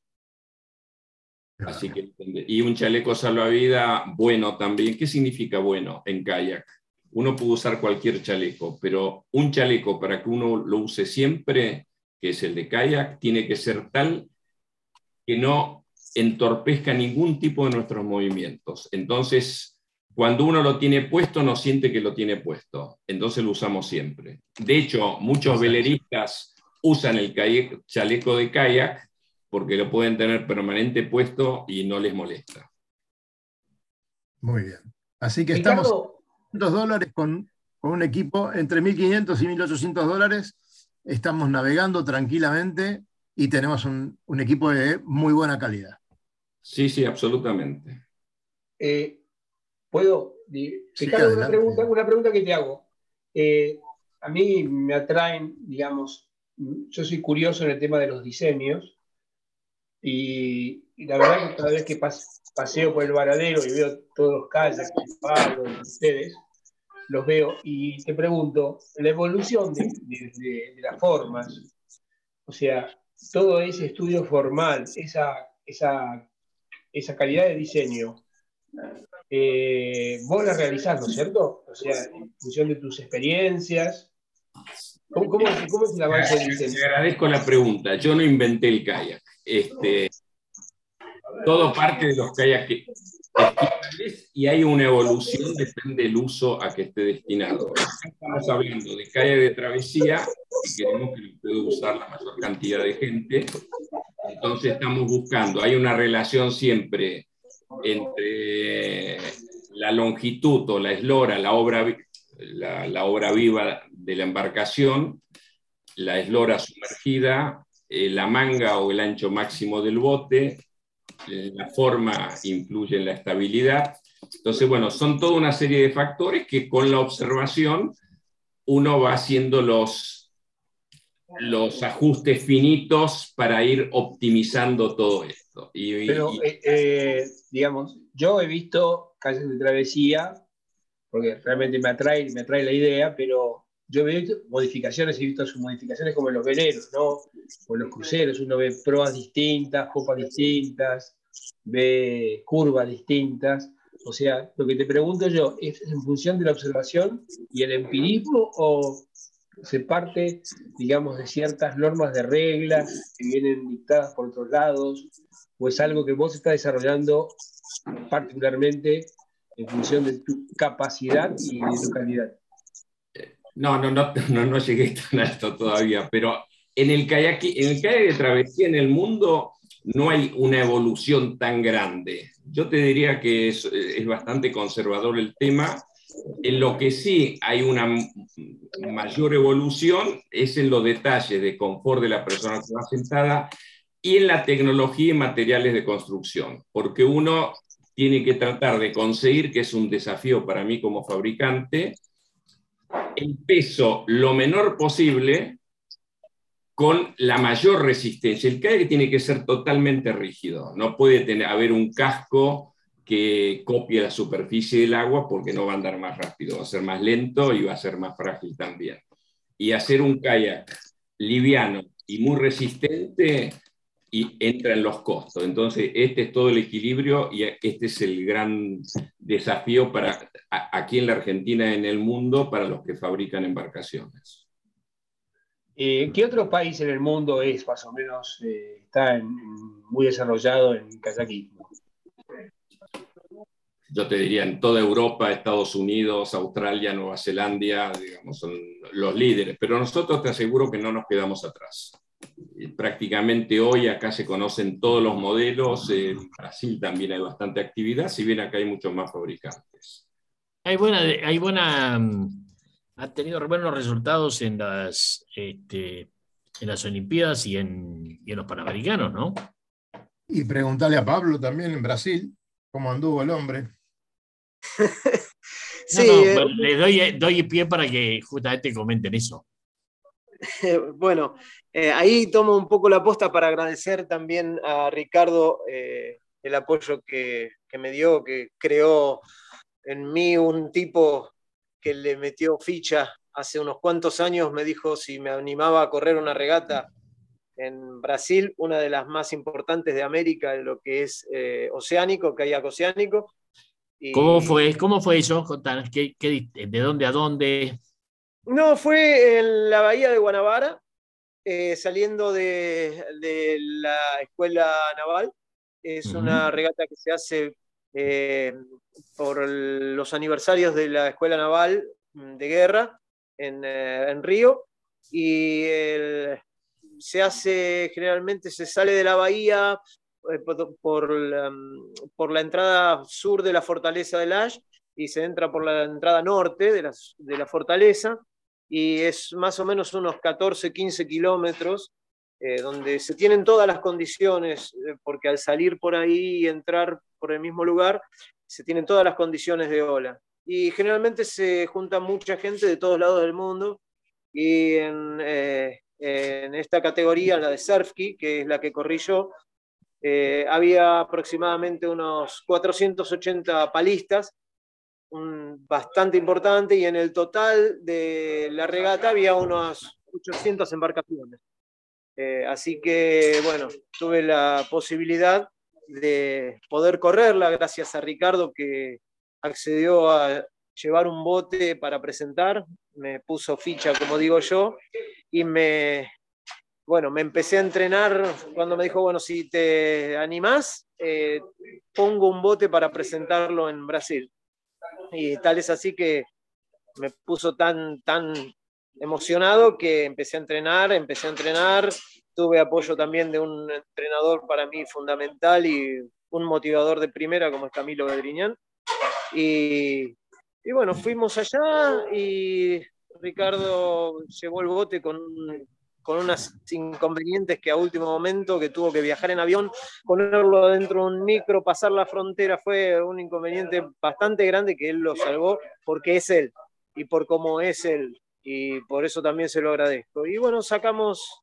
Speaker 6: Así que, y un chaleco salvavidas bueno también. ¿Qué significa bueno en kayak? Uno puede usar cualquier chaleco, pero un chaleco para que uno lo use siempre, que es el de kayak, tiene que ser tal que no entorpezca ningún tipo de nuestros movimientos. Entonces, cuando uno lo tiene puesto, no siente que lo tiene puesto. Entonces lo usamos siempre. De hecho, muchos veleristas usan el chaleco de kayak porque lo pueden tener permanente puesto y no les molesta.
Speaker 2: Muy bien. Así que
Speaker 3: Ricardo,
Speaker 2: estamos $2 con un equipo entre 1.500 y 1.800 dólares. Estamos navegando tranquilamente y tenemos un equipo de muy buena calidad.
Speaker 6: Sí, sí, absolutamente.
Speaker 3: ¿Puedo?
Speaker 2: Sí,
Speaker 3: Ricardo,
Speaker 2: adelante.
Speaker 3: una pregunta que te hago. A mí me atraen, digamos, yo soy curioso en el tema de los diseños y la verdad que cada vez que paseo por el varadero y veo todos los kayaks que Pablo y ustedes, los veo y te pregunto, la evolución de las formas, o sea, todo ese estudio formal, esa calidad de diseño, vos la realizás, ¿no es cierto? O sea, en función de tus experiencias. ¿Cómo es el avance del diseño?
Speaker 6: Te agradezco la pregunta. Yo no inventé el kayak. todo parte de los kayak esquimales y hay una evolución, depende del uso a que esté destinado. Estamos hablando de kayak de travesía, que queremos que lo pueda usar la mayor cantidad de gente. Entonces estamos buscando, hay una relación siempre entre la longitud o la eslora, la obra viva de la embarcación, la eslora sumergida, la manga o el ancho máximo del bote, la forma influye en la estabilidad. Entonces, bueno, son toda una serie de factores que con la observación uno va haciendo los ajustes finitos para ir optimizando todo esto.
Speaker 3: Pero, digamos, yo he visto calles de travesía, porque realmente me atrae la idea, pero yo he visto modificaciones, he visto sus modificaciones como en los veleros, ¿no? O en los cruceros, uno ve proas distintas, copas distintas, ve curvas distintas. O sea, lo que te pregunto yo, ¿es en función de la observación y el empirismo o se parte, digamos, de ciertas normas de reglas que vienen dictadas por otros lados, o es algo que vos estás desarrollando particularmente en función de tu capacidad y de tu calidad?
Speaker 6: No llegué tan alto todavía, pero en el kayak de travesía en el mundo no hay una evolución tan grande. Yo te diría que es bastante conservador el tema. En lo que sí hay una mayor evolución es en los detalles de confort de la persona que va sentada y en la tecnología y materiales de construcción, porque uno tiene que tratar de conseguir, que es un desafío para mí como fabricante, el peso lo menor posible con la mayor resistencia. El kayak tiene que ser totalmente rígido, no puede haber un casco que copie la superficie del agua porque no va a andar más rápido, va a ser más lento y va a ser más frágil también. Y hacer un kayak liviano y muy resistente y entra en los costos. Entonces, este es todo el equilibrio y este es el gran desafío aquí en la Argentina y en el mundo para los que fabrican embarcaciones.
Speaker 3: ¿Qué otro país en el mundo es más o menos está muy desarrollado en kayakismo?
Speaker 6: Yo te diría en toda Europa, Estados Unidos, Australia, Nueva Zelanda, digamos, son los líderes, pero nosotros te aseguro que no nos quedamos atrás. Prácticamente hoy acá se conocen todos los modelos, en Brasil también hay bastante actividad, si bien acá hay muchos más fabricantes.
Speaker 5: Ha tenido buenos resultados en las Olimpiadas y en los Panamericanos, ¿no?
Speaker 2: Y preguntarle a Pablo también en Brasil, cómo anduvo el hombre.
Speaker 5: Sí, bueno, les doy pie para que justamente comenten eso.
Speaker 4: Bueno, ahí tomo un poco la posta para agradecer también a Ricardo el apoyo que me dio, que creó en mí un tipo que le metió ficha hace unos cuantos años, me dijo si me animaba a correr una regata en Brasil, una de las más importantes de América, de lo que es oceánico, kayak oceánico. Y...
Speaker 5: ¿Cómo fue eso? Contanos, ¿de dónde a dónde?
Speaker 4: No, fue en la bahía de Guanabara, saliendo de la escuela naval. Es una regata que se hace por los aniversarios de la escuela naval de guerra en Río, y se hace, generalmente se sale de la bahía por la entrada sur de la fortaleza de Lage y se entra por la entrada norte de la fortaleza, y es más o menos unos 14, 15 kilómetros, donde se tienen todas las condiciones, porque al salir por ahí y entrar por el mismo lugar, se tienen todas las condiciones de ola. Y generalmente se junta mucha gente de todos lados del mundo, y en esta categoría, la de surfski, que es la que corrí yo, había aproximadamente unos 480 palistas, bastante importante, y en el total de la regata había unas 800 embarcaciones. Así que, bueno, tuve la posibilidad de poder correrla gracias a Ricardo, que accedió a llevar un bote para presentar, me puso ficha, como digo yo, y me bueno, me empecé a entrenar cuando me dijo, bueno, si te animás, pongo un bote para presentarlo en Brasil. Y tal es así que me puso tan emocionado que empecé a entrenar, tuve apoyo también de un entrenador para mí fundamental y un motivador de primera como es Camilo Bedriñán. Y bueno, fuimos allá y Ricardo llevó el bote con unos inconvenientes que a último momento, que tuvo que viajar en avión, ponerlo dentro de un micro, pasar la frontera, fue un inconveniente bastante grande que él lo salvó porque es él y por cómo es él. Y por eso también se lo agradezco. Y bueno, sacamos,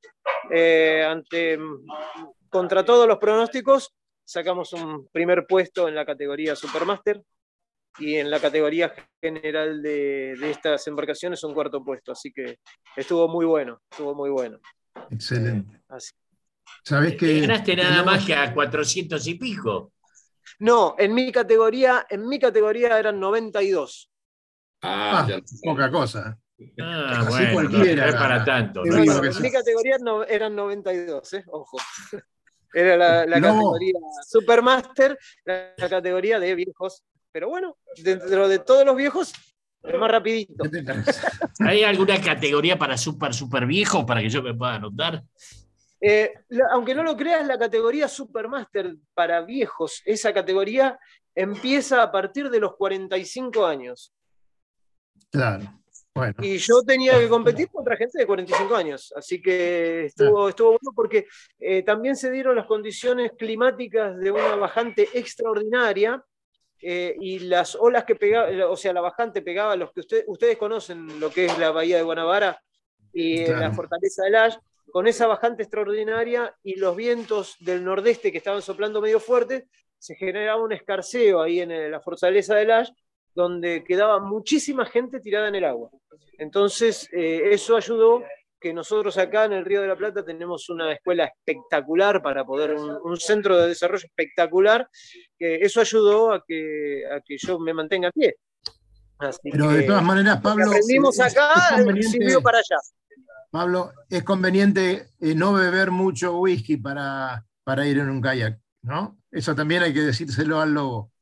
Speaker 4: contra todos los pronósticos, sacamos un primer puesto en la categoría Supermaster y en la categoría general de estas embarcaciones un cuarto puesto. Así que estuvo muy bueno.
Speaker 2: Excelente.
Speaker 4: Así.
Speaker 2: ¿Sabés que
Speaker 5: ganaste nada más que a 400 y pico?
Speaker 4: No, en mi categoría eran 92.
Speaker 6: Ya.
Speaker 2: Poca cosa.
Speaker 5: Bueno,
Speaker 2: cualquiera
Speaker 5: no es para tanto.
Speaker 2: Qué
Speaker 5: No
Speaker 2: vivo
Speaker 5: es
Speaker 2: que
Speaker 5: para
Speaker 2: sos.
Speaker 4: En mi categoría eran 92, ojo. Era la
Speaker 2: Lobo.
Speaker 4: categoría Supermaster, la categoría de viejos. Pero bueno, dentro de todos los viejos, el más rapidito.
Speaker 2: ¿Qué te parece?
Speaker 5: ¿Hay alguna categoría para super viejo para que yo me pueda anotar?
Speaker 4: Aunque no lo creas, la categoría Supermaster para viejos, esa categoría empieza a partir de los 45 años.
Speaker 2: Claro. Bueno.
Speaker 4: Y yo tenía que competir contra gente de 45 años, así que estuvo bueno porque también se dieron las condiciones climáticas de una bajante extraordinaria y las olas que pegaban, o sea, la bajante pegaba a los que ustedes conocen lo que es la bahía de Guanabara y
Speaker 2: Claro.
Speaker 4: la fortaleza del Ash, con esa bajante extraordinaria y los vientos del nordeste que estaban soplando medio fuerte, se generaba un escarceo ahí en la fortaleza del Ash, donde quedaba muchísima gente tirada en el agua. Entonces, eso ayudó que nosotros acá en el Río de la Plata tenemos una escuela espectacular para poder, un centro de desarrollo espectacular, que eso ayudó a que yo me mantenga a pie. Así
Speaker 2: Pero
Speaker 4: que,
Speaker 2: de todas maneras, Pablo,
Speaker 4: lo que aprendimos acá sirvió para allá.
Speaker 2: Pablo, es conveniente no beber mucho whisky para ir en un kayak, ¿no? Eso también hay que decírselo al Lobo.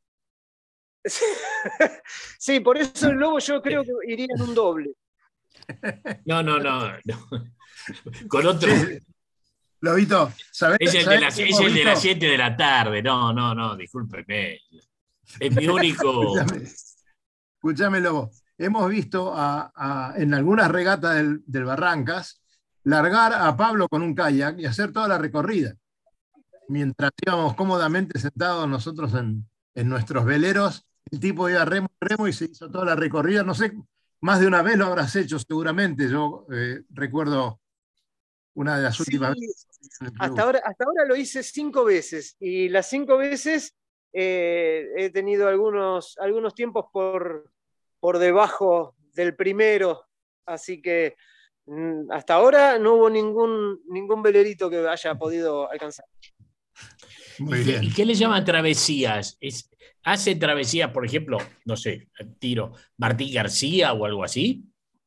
Speaker 4: Sí, por eso el Lobo yo creo que iría en un doble.
Speaker 5: No. Con otro.
Speaker 2: Sí. Lobito, ¿sabés?
Speaker 5: Es el de las 7
Speaker 2: Lobito?
Speaker 5: de la tarde. No, discúlpeme. Es mi único.
Speaker 2: Escuchame, Lobo. Hemos visto en algunas regatas del Barrancas largar a Pablo con un kayak y hacer toda la recorrida. Mientras íbamos cómodamente sentados nosotros en nuestros veleros, el tipo iba remo y se hizo toda la recorrida. No sé, más de una vez lo habrás hecho seguramente. Yo recuerdo una de las últimas veces.
Speaker 4: Hasta ahora lo hice 5 veces y las 5 veces he tenido algunos tiempos por debajo del primero, así que hasta ahora no hubo ningún velerito que haya podido alcanzar.
Speaker 2: Muy bien.
Speaker 5: ¿Y qué le llaman travesías? ¿Hace travesías, por ejemplo, no sé, tiro, Martín García o algo así?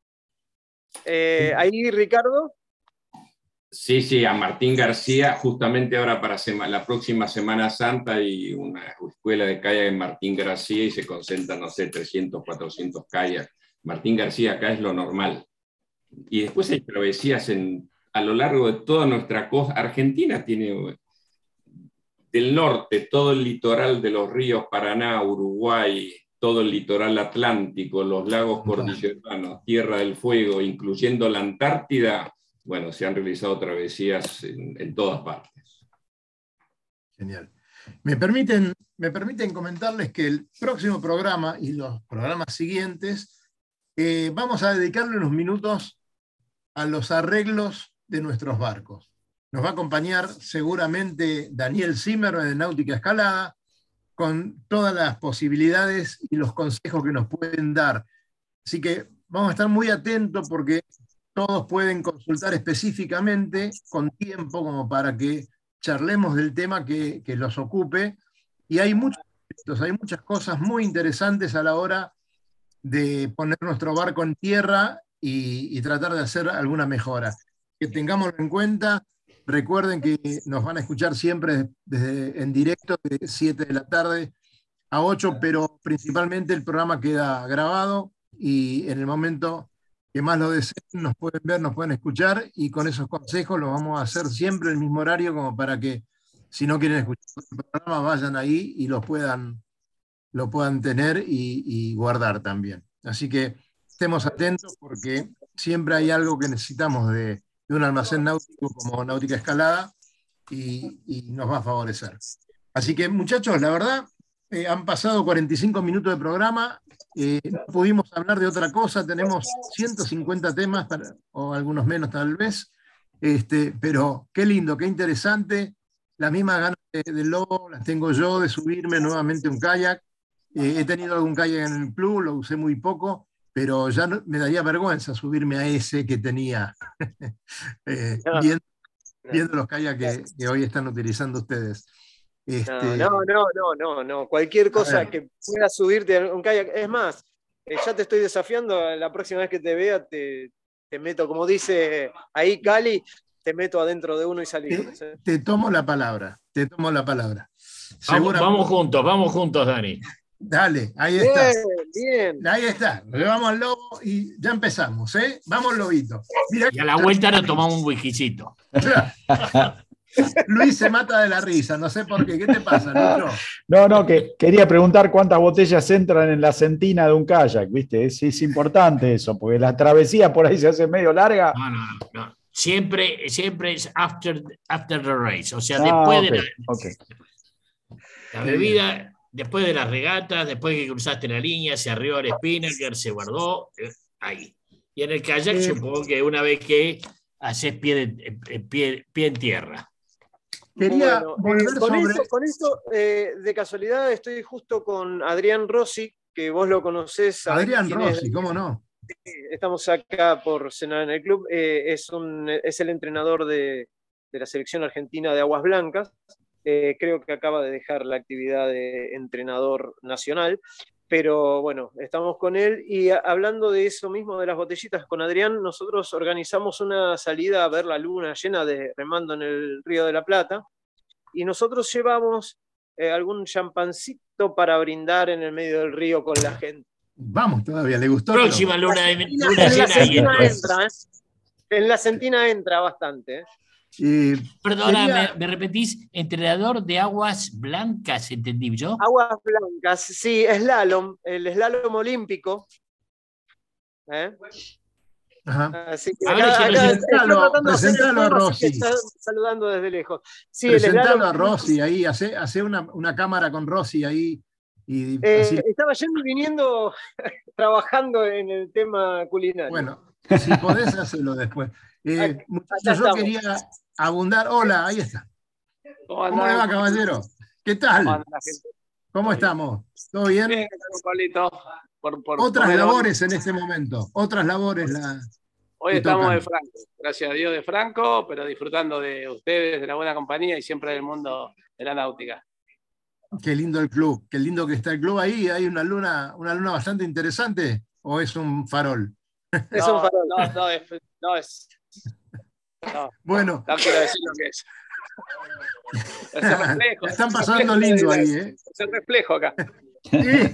Speaker 4: Ahí, Ricardo.
Speaker 6: Sí, a Martín García, justamente ahora para la próxima Semana Santa hay una escuela de kayak en Martín García y se concentran, no sé, 300, 400 kayaks. Martín García acá es lo normal. Y después hay travesías a lo largo de toda nuestra costa. Argentina tiene del norte todo el litoral de los ríos Paraná, Uruguay, todo el litoral atlántico, los lagos cordilleranos, Tierra del Fuego, incluyendo la Antártida. Bueno, se han realizado travesías en todas partes.
Speaker 2: Genial. Me permiten comentarles que el próximo programa y los programas siguientes vamos a dedicarle unos minutos a los arreglos de nuestros barcos. Nos va a acompañar seguramente Daniel Zimmer de Náutica Escalada con todas las posibilidades y los consejos que nos pueden dar. Así que vamos a estar muy atentos porque todos pueden consultar específicamente con tiempo como para que charlemos del tema que los ocupe. Y hay muchas cosas muy interesantes a la hora de poner nuestro barco en tierra y tratar de hacer alguna mejora. que tengámoslo en cuenta. Recuerden que nos van a escuchar siempre en directo de 7 de la tarde a 8, pero principalmente el programa queda grabado y en el momento que más lo deseen nos pueden ver, nos pueden escuchar, y con esos consejos lo vamos a hacer siempre en el mismo horario, como para que si no quieren escuchar el programa vayan ahí y lo puedan tener y guardar también. Así que estemos atentos, porque siempre hay algo que necesitamos de un almacén náutico como Náutica Escalada, y nos va a favorecer. Así que, muchachos, la verdad, han pasado 45 minutos de programa, no pudimos hablar de otra cosa, tenemos 150 temas, o algunos menos tal vez, pero qué lindo, qué interesante. Las mismas ganas del Lobo las tengo yo de subirme nuevamente a un kayak. He tenido algún kayak en el club, lo usé muy poco, pero ya me daría vergüenza subirme a ese que tenía, viendo los kayaks que hoy están utilizando ustedes.
Speaker 4: No. Cualquier cosa que pueda subirte a un kayak. Es más, ya te estoy desafiando. La próxima vez que te vea, te meto, como dice ahí Cali, te meto adentro de uno y salís.
Speaker 2: Te tomo la palabra.
Speaker 5: Vamos juntos, Dani.
Speaker 2: Dale, ahí está.
Speaker 4: Bien.
Speaker 2: Ahí está. Nos llevamos al Lobo y ya empezamos, ¿eh? Vamos, Lobito. Mirá,
Speaker 5: y a la vuelta nos tomamos un whiskycito.
Speaker 2: Luis se mata de la risa, no sé por qué. ¿Qué te pasa, Lucho?
Speaker 7: No, que quería preguntar cuántas botellas entran en la centina de un kayak, ¿viste? Es importante eso, porque la travesía por ahí se hace medio larga.
Speaker 5: No. Siempre es after the race, o sea, después de la bebida. Después de las regatas, después que cruzaste la línea, se arrió el spinnaker, se guardó, ahí. Y en el kayak supongo que una vez que haces pie en tierra.
Speaker 2: Quería volver
Speaker 4: con esto, de casualidad, estoy justo con Adrián Rossi, que vos lo conocés.
Speaker 2: Adrián Rossi, ¿cómo no?
Speaker 4: Estamos acá por cenar en el club. Es el entrenador de la selección argentina de Aguas Blancas. Creo que acaba de dejar la actividad de entrenador nacional, pero bueno, estamos con él, y hablando de eso mismo, de las botellitas, con Adrián, nosotros organizamos una salida a ver la luna llena remando en el Río de la Plata, y nosotros llevamos algún champancito para brindar en el medio del río con la gente.
Speaker 2: Vamos, todavía le gustó.
Speaker 5: Próxima luna llena.
Speaker 4: En la centina entra bastante,
Speaker 5: Perdona, ¿me repetís? ¿Entrenador de Aguas Blancas, entendí yo?
Speaker 4: Aguas Blancas, sí, slalom, el slalom olímpico.
Speaker 2: Ajá.
Speaker 4: Así que
Speaker 2: presentalo a Rossi.
Speaker 4: Está saludando desde lejos. Sí,
Speaker 2: presentalo a Rossi ahí, hace una cámara con Rossi ahí.
Speaker 4: Estaba yendo y viniendo trabajando en el tema culinario.
Speaker 2: Bueno, si podés hacerlo después. Muchachos, yo quería abundar. Hola, ahí está. ¿Cómo le va, caballero? ¿Qué tal? ¿Cómo estamos? ¿Todo bien?
Speaker 8: Bien, Pablito.
Speaker 2: Otras labores en este momento. Otras labores.
Speaker 8: Hoy estamos de Franco. Gracias a Dios de Franco, pero disfrutando de ustedes, de la buena compañía y siempre del mundo de la náutica.
Speaker 2: Qué lindo el club. Qué lindo que está el club ahí. ¿Hay una luna bastante interesante o es un farol?
Speaker 4: Es un farol.
Speaker 8: No es. No,
Speaker 2: bueno.
Speaker 8: No quiero decir lo que es. Es el reflejo.
Speaker 2: Están pasando lindo ahí, ¿eh?
Speaker 8: Es el reflejo acá.
Speaker 2: Sí.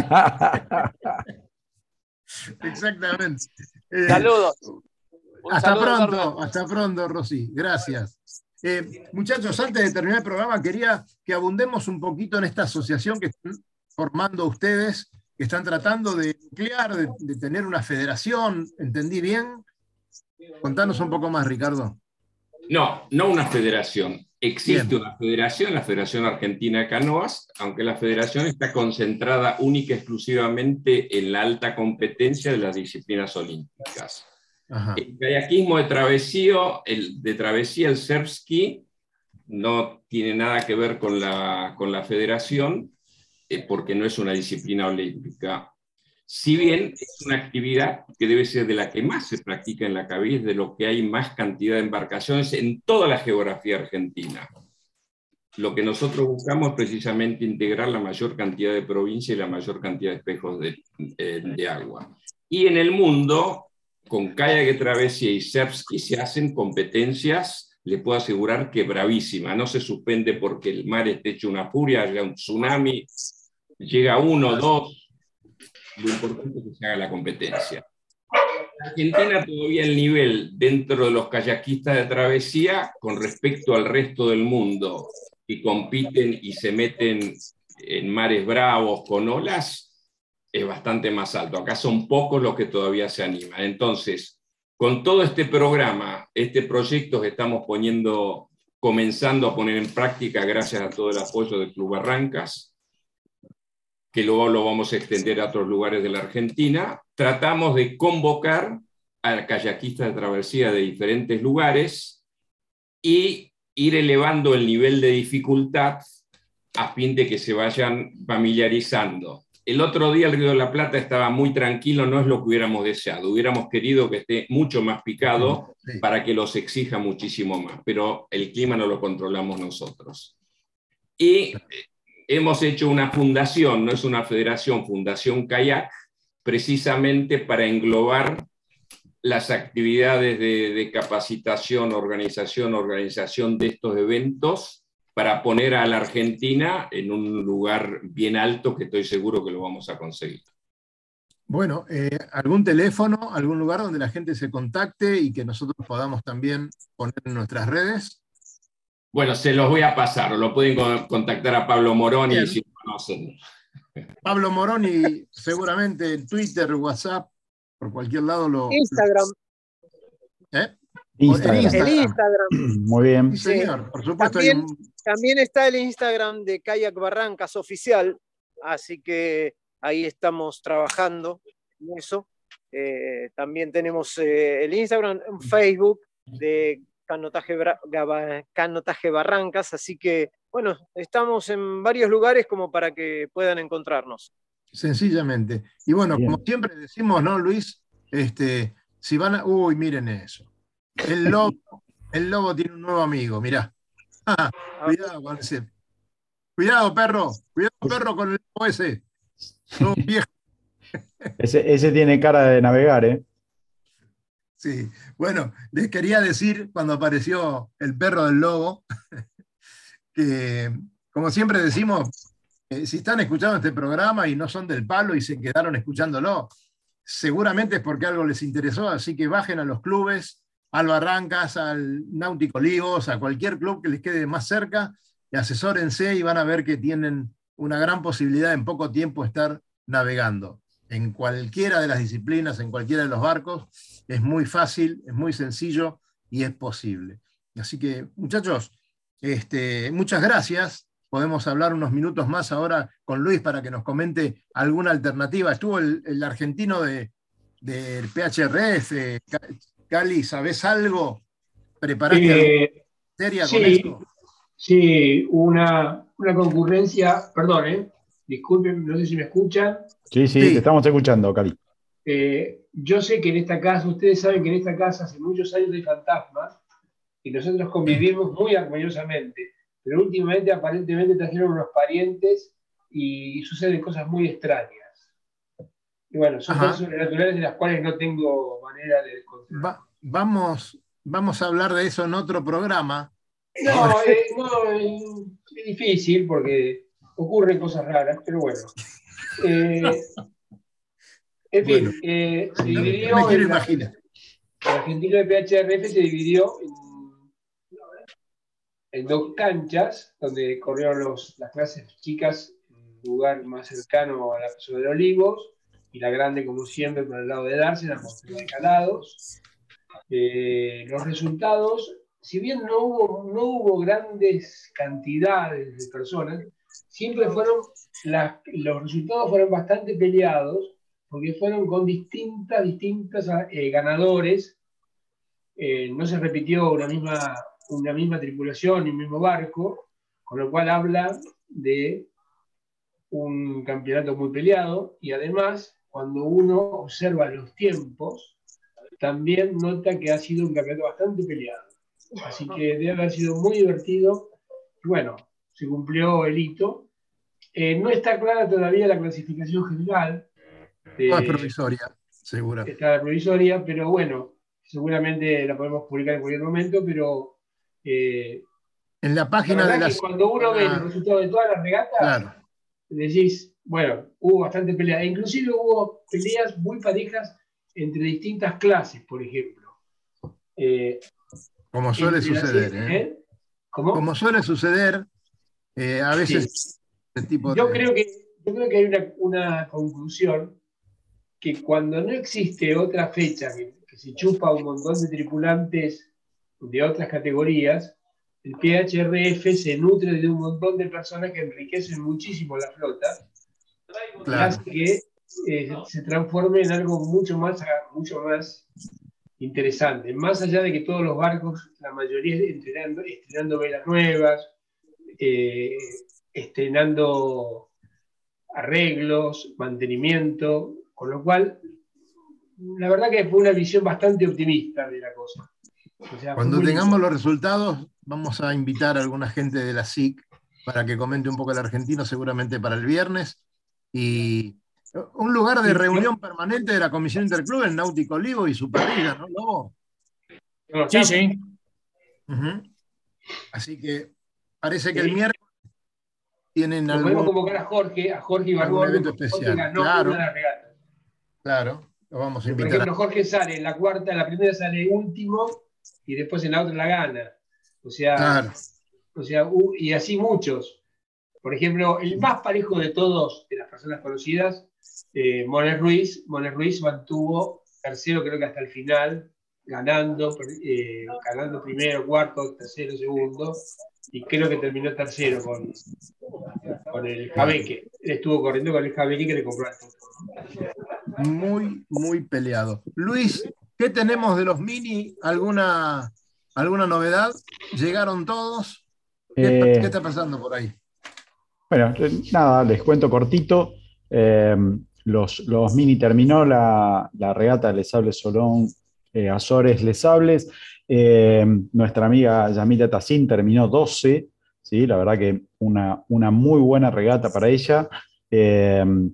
Speaker 2: Exactamente.
Speaker 8: Saludos.
Speaker 2: Hasta pronto, Rosy. Gracias. Muchachos, antes de terminar el programa, quería que abundemos un poquito en esta asociación que están formando ustedes, que están tratando de nuclear, de tener una federación. ¿Entendí bien? Contanos un poco más, Ricardo.
Speaker 6: No una federación. Existe una federación, la Federación Argentina de Canoas, aunque la federación está concentrada única y exclusivamente en la alta competencia de las disciplinas olímpicas.
Speaker 2: Ajá.
Speaker 6: El kayakismo de travesía, el surf ski, no tiene nada que ver con la federación, porque no es una disciplina olímpica. Si bien es una actividad que debe ser de la que más se practica en la cabeza, de lo que hay más cantidad de embarcaciones en toda la geografía argentina. Lo que nosotros buscamos es precisamente integrar la mayor cantidad de provincias y la mayor cantidad de espejos de agua. Y en el mundo, con kayak de travesía y jet-ski se hacen competencias, les puedo asegurar que bravísima. No se suspende porque el mar esté hecho una furia, haya un tsunami, llega uno, dos. Lo importante es que se haga la competencia. En Argentina todavía el nivel dentro de los kayakistas de travesía con respecto al resto del mundo que compiten y se meten en mares bravos con olas es bastante más alto. Acá son pocos los que todavía se animan. Entonces, con todo este programa, este proyecto que estamos comenzando a poner en práctica gracias a todo el apoyo del Club Barrancas, que luego lo vamos a extender a otros lugares de la Argentina, tratamos de convocar a kayakistas de travesía de diferentes lugares y ir elevando el nivel de dificultad a fin de que se vayan familiarizando. El otro día el Río de la Plata estaba muy tranquilo, no es lo que hubiéramos deseado. Hubiéramos querido que esté mucho más picado para que los exija muchísimo más, pero el clima no lo controlamos nosotros. Y hemos hecho una fundación, no es una federación, Fundación Kayak, precisamente para englobar las actividades de capacitación, organización de estos eventos, para poner a la Argentina en un lugar bien alto que estoy seguro que lo vamos a conseguir.
Speaker 2: Bueno, ¿algún teléfono, algún lugar donde la gente se contacte y que nosotros podamos también poner en nuestras redes?
Speaker 6: Bueno, se los voy a pasar, o lo pueden contactar a Pablo Moroni. Bien. Si conocen.
Speaker 2: Pablo Moroni, seguramente en Twitter, WhatsApp, por cualquier lado
Speaker 9: Instagram.
Speaker 7: Instagram.
Speaker 9: El Instagram.
Speaker 7: Muy bien.
Speaker 2: Sí, señor, por supuesto.
Speaker 9: También está el Instagram de Kayak Barrancas Oficial, así que ahí estamos trabajando en eso. También tenemos el Instagram, Facebook de Canotaje Barrancas, así que, bueno, estamos en varios lugares como para que puedan encontrarnos.
Speaker 2: Sencillamente. Y bueno,
Speaker 7: bien,
Speaker 2: como siempre decimos, ¿no, Luis? Si van a... Uy, miren eso. El lobo tiene un nuevo amigo, mirá. Cuidado con ese. Cuidado, perro con el lobo ese. No, viejo.
Speaker 7: Ese tiene cara de navegar, ¿eh?
Speaker 2: Sí. Bueno, les quería decir, cuando apareció el perro del lobo, que, como siempre decimos, si están escuchando este programa y no son del palo y se quedaron escuchándolo, seguramente es porque algo les interesó, así que bajen a los clubes, al Barrancas, al Náutico Olivos, a cualquier club que les quede más cerca, y asesórense y van a ver que tienen una gran posibilidad en poco tiempo estar navegando. En cualquiera de las disciplinas, en cualquiera de los barcos, es muy fácil, es muy sencillo y es posible. Así que, muchachos, muchas gracias. Podemos hablar unos minutos más ahora con Luis para que nos comente alguna alternativa. Estuvo el argentino del PHRF, Cali, ¿sabés algo? ¿Preparaste alguna materia con esto?
Speaker 3: Sí, una concurrencia, perdón, disculpen, no sé si me escuchan.
Speaker 7: Sí, te estamos escuchando, Cali.
Speaker 3: Yo sé que en esta casa, ustedes saben que en esta casa hace muchos años hay fantasmas y nosotros convivimos muy armoniosamente, pero últimamente aparentemente trajeron unos parientes y suceden cosas muy extrañas. Y bueno, son cosas sobrenaturales de las cuales no tengo manera de descontrolar.
Speaker 2: Vamos a hablar de eso en otro programa.
Speaker 3: No, es difícil porque ocurren cosas raras, pero bueno. En fin, se dividió.
Speaker 2: Me quiero imaginar.
Speaker 3: El argentino de PHRF se dividió en dos canchas, donde corrieron las clases chicas en un lugar más cercano a la zona de Olivos, y la grande, como siempre, por el lado de Dársena, con de Calados. Los resultados, si bien no hubo grandes cantidades de personas, siempre los resultados fueron bastante peleados, porque fueron con distintas ganadores. No se repitió una misma tripulación ni un mismo barco, con lo cual habla de un campeonato muy peleado, y además, cuando uno observa los tiempos, también nota que ha sido un campeonato bastante peleado. Así que debe haber sido muy divertido. Y bueno, se cumplió el hito. No está clara todavía la clasificación general.
Speaker 2: No es provisoria. Seguro.
Speaker 3: está la provisoria, pero bueno, seguramente la podemos publicar en cualquier momento, pero
Speaker 2: en la
Speaker 3: la
Speaker 2: página de
Speaker 3: verdad
Speaker 2: la
Speaker 3: que cuando uno ve los resultados de todas las regatas,
Speaker 2: claro.
Speaker 3: decís, bueno, hubo bastante pelea. E inclusive hubo peleas muy parejas entre distintas clases, por ejemplo.
Speaker 2: Como suele suceder, ¿eh?
Speaker 3: ¿Cómo?
Speaker 2: Como suele suceder, a veces
Speaker 3: Sí.
Speaker 2: este tipo
Speaker 3: Yo
Speaker 2: de...
Speaker 3: creo que hay una conclusión que cuando no existe otra fecha que se chupa un montón de tripulantes de otras categorías, el PHRF se nutre de un montón de personas que enriquecen muchísimo la flota y
Speaker 2: Claro.
Speaker 3: hace que se transforme en algo mucho más interesante. Más allá de que todos los barcos, la mayoría estrenando velas nuevas, estrenando arreglos, mantenimiento, con lo cual, la verdad que fue una visión bastante optimista de la cosa. O sea,
Speaker 2: cuando tengamos los resultados, vamos a invitar a alguna gente de la SIC para que comente un poco el argentino, seguramente para el viernes. Y un lugar de reunión permanente de la Comisión Interclub, el Náutico Olivo y su parrilla, ¿no, Lobo?
Speaker 5: Sí, sí.
Speaker 2: Así que parece que el miércoles tienen
Speaker 3: lo podemos convocar a Jorge Ibarbón,
Speaker 2: evento
Speaker 3: porque
Speaker 2: especial.
Speaker 3: Jorge ganó
Speaker 2: Claro.
Speaker 3: una de las regatas.
Speaker 2: Claro, lo vamos a invitar.
Speaker 3: Por ejemplo, Jorge sale en la cuarta, en la primera sale último y después en la otra la gana. O sea,
Speaker 2: claro.
Speaker 3: Y así muchos. Por ejemplo, el más parejo de todos, de las personas conocidas, Moner Ruiz mantuvo tercero, creo que hasta el final, ganando primero, cuarto, tercero, segundo, y creo que terminó tercero con el Jabeque. Él estuvo corriendo con el Jabeque que le compró al Toto.
Speaker 2: Muy, muy peleado. Luis, ¿qué tenemos de los mini? ¿Alguna novedad? ¿Llegaron todos? ¿Qué está pasando por ahí?
Speaker 7: Bueno, nada, les cuento cortito. Los mini terminó la regata de Les Sables Solón, Azores Les Sables. Nuestra amiga Yamila Tassin terminó 12, ¿sí? La verdad que una muy buena regata para ella. En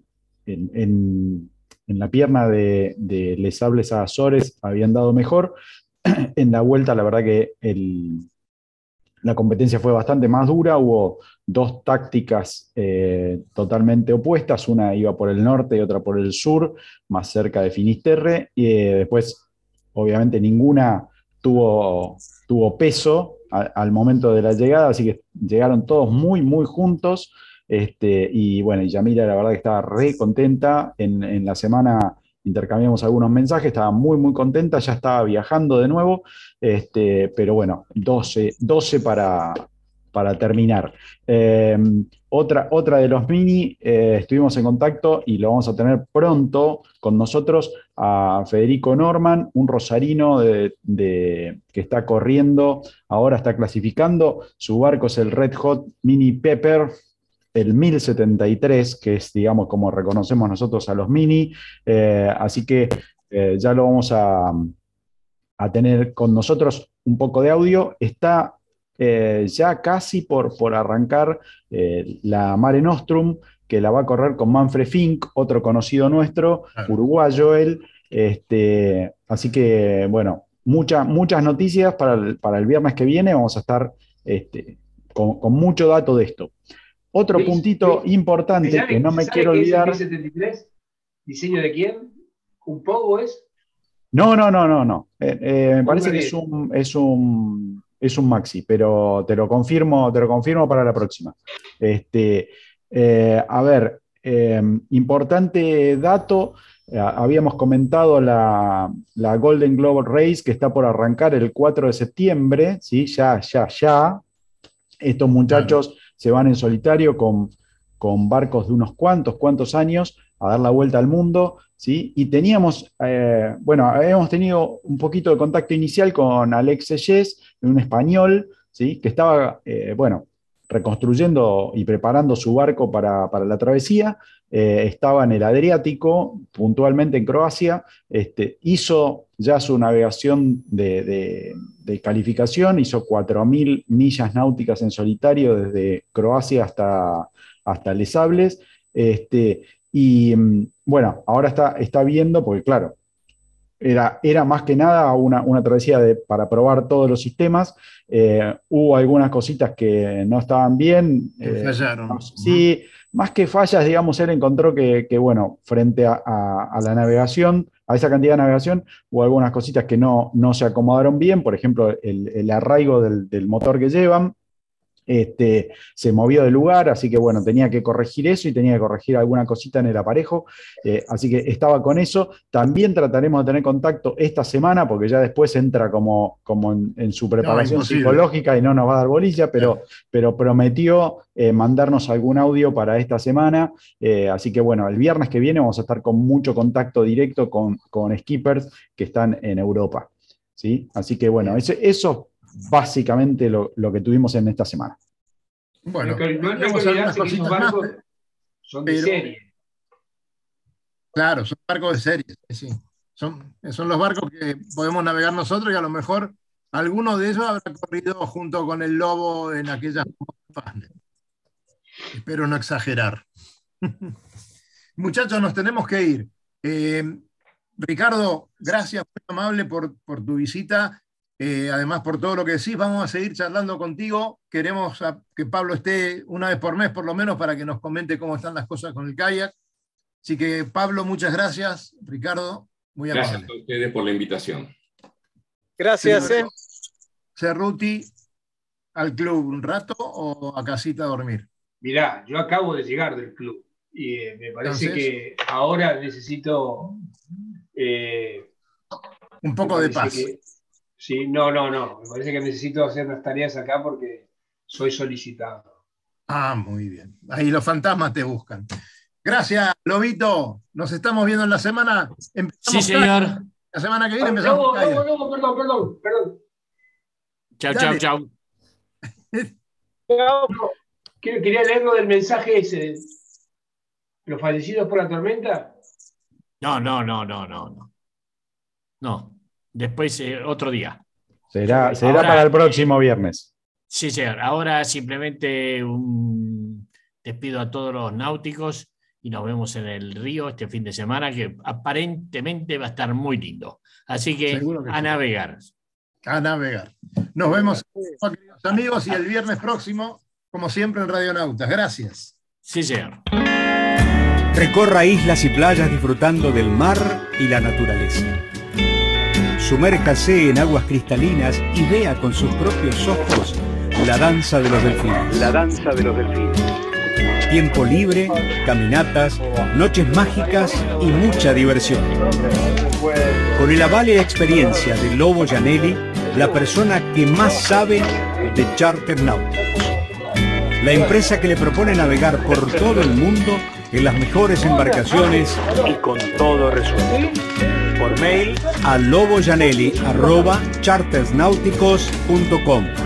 Speaker 7: la pierna de Les Sables a Azores habían dado mejor. En la vuelta, la verdad que la competencia fue bastante más dura, hubo dos tácticas totalmente opuestas, una iba por el norte y otra por el sur, más cerca de Finisterre, y después obviamente ninguna tuvo peso al momento de la llegada, así que llegaron todos muy, muy juntos, y bueno, y Yamila la verdad que estaba re contenta, en la semana intercambiamos algunos mensajes, estaba muy, muy contenta, ya estaba viajando de nuevo, pero bueno, 12 para terminar. Otra de los mini, estuvimos en contacto y lo vamos a tener pronto con nosotros a Federico Norman, un rosarino que está corriendo, ahora está clasificando, su barco es el Red Hot Mini Pepper, el 1073, que es, digamos, como reconocemos nosotros a los mini, así que ya lo vamos a tener con nosotros un poco de audio. Está ya casi por arrancar la Mare Nostrum, que la va a correr con Manfred Fink, otro conocido nuestro, uruguayo él. Así que, bueno, muchas noticias para el viernes que viene. Vamos a estar con mucho dato de esto. Otro puntito importante que no me quiero olvidar.
Speaker 3: ¿Es el 1073? ¿Diseño de quién? ¿Un poco es?
Speaker 7: No. Me parece que es un maxi, pero te lo confirmo para la próxima. A ver, importante dato. Habíamos comentado la Golden Globe Race que está por arrancar el 4 de septiembre, ¿sí? Ya. Estos muchachos se van en solitario con barcos de unos cuantos años a dar la vuelta al mundo, ¿sí? Y habíamos tenido un poquito de contacto inicial con Alex Sellés, un español, ¿sí? Que estaba, reconstruyendo y preparando su barco para la travesía. Estaba en el Adriático, puntualmente en Croacia, hizo ya su navegación de calificación, hizo 4.000 millas náuticas en solitario desde Croacia hasta Les Sables, y bueno, ahora está viendo, porque claro, era más que nada una travesía para probar todos los sistemas. Hubo algunas cositas que no estaban bien.
Speaker 2: Fallaron.
Speaker 7: Sí, más que fallas, digamos, él encontró que bueno, frente a la navegación, a esa cantidad de navegación, hubo algunas cositas que no se acomodaron bien. Por ejemplo, el arraigo del motor que llevan. Se movió de lugar, así que bueno, tenía que corregir eso y tenía que corregir alguna cosita en el aparejo, así que estaba con eso. También trataremos de tener contacto esta semana, porque ya después entra como en su preparación psicológica y no nos va a dar bolilla, pero prometió mandarnos algún audio para esta semana, así que bueno, el viernes que viene vamos a estar con mucho contacto directo con skippers que están en Europa, ¿sí? Así que bueno, eso básicamente lo que tuvimos en esta semana.
Speaker 3: no
Speaker 2: Bueno,
Speaker 3: hay que olvidarse que esos barcos son de serie.
Speaker 2: Claro, son barcos de serie, sí. Son los barcos que podemos navegar nosotros y a lo mejor alguno de ellos habrá corrido junto con el Lobo en aquellas fases. Espero no exagerar. Muchachos, nos tenemos que ir. Ricardo, gracias, muy amable por tu visita. Además, por todo lo que decís, vamos a seguir charlando contigo. Queremos que Pablo esté una vez por mes, por lo menos, para que nos comente cómo están las cosas con el kayak. Así que, Pablo, muchas gracias. Ricardo, muy amable.
Speaker 6: Gracias a ustedes por la invitación.
Speaker 9: Gracias.
Speaker 2: Cerruti, ¿al club un rato o a casita a dormir?
Speaker 3: Mirá, yo acabo de llegar del club y me parece que ahora necesito...
Speaker 2: un poco de paz.
Speaker 3: Sí, no. Me parece que necesito hacer las tareas acá porque soy solicitado.
Speaker 2: Ah, muy bien. Ahí los fantasmas te buscan. Gracias, Lobito. Nos estamos viendo en la semana.
Speaker 5: Sí, señor.
Speaker 2: La semana que viene empezamos.
Speaker 3: No, perdón.
Speaker 5: Chau.
Speaker 3: Quería leer lo del mensaje ese. ¿Los fallecidos por la tormenta?
Speaker 5: No. No. Después, otro día.
Speaker 7: Será para el próximo viernes.
Speaker 5: Sí, señor. Ahora simplemente despido a todos los náuticos y nos vemos en el río este fin de semana, que aparentemente va a estar muy lindo. Así que a navegar.
Speaker 2: A navegar. Nos vemos, queridos amigos, y el viernes próximo, como siempre, en Radionautas. Gracias.
Speaker 5: Sí, señor.
Speaker 10: Recorra islas y playas disfrutando del mar y la naturaleza. Sumérjase en aguas cristalinas y vea con sus propios ojos la danza de los delfines. La danza de los delfines. Tiempo libre, caminatas, noches mágicas y mucha diversión. Con el aval y la experiencia de Lobo Gianelli, la persona que más sabe de charter náuticos. La empresa que le propone navegar por todo el mundo en las mejores embarcaciones y con todo resuelto. Por mail a lobogianelli@chartersnáuticos.com.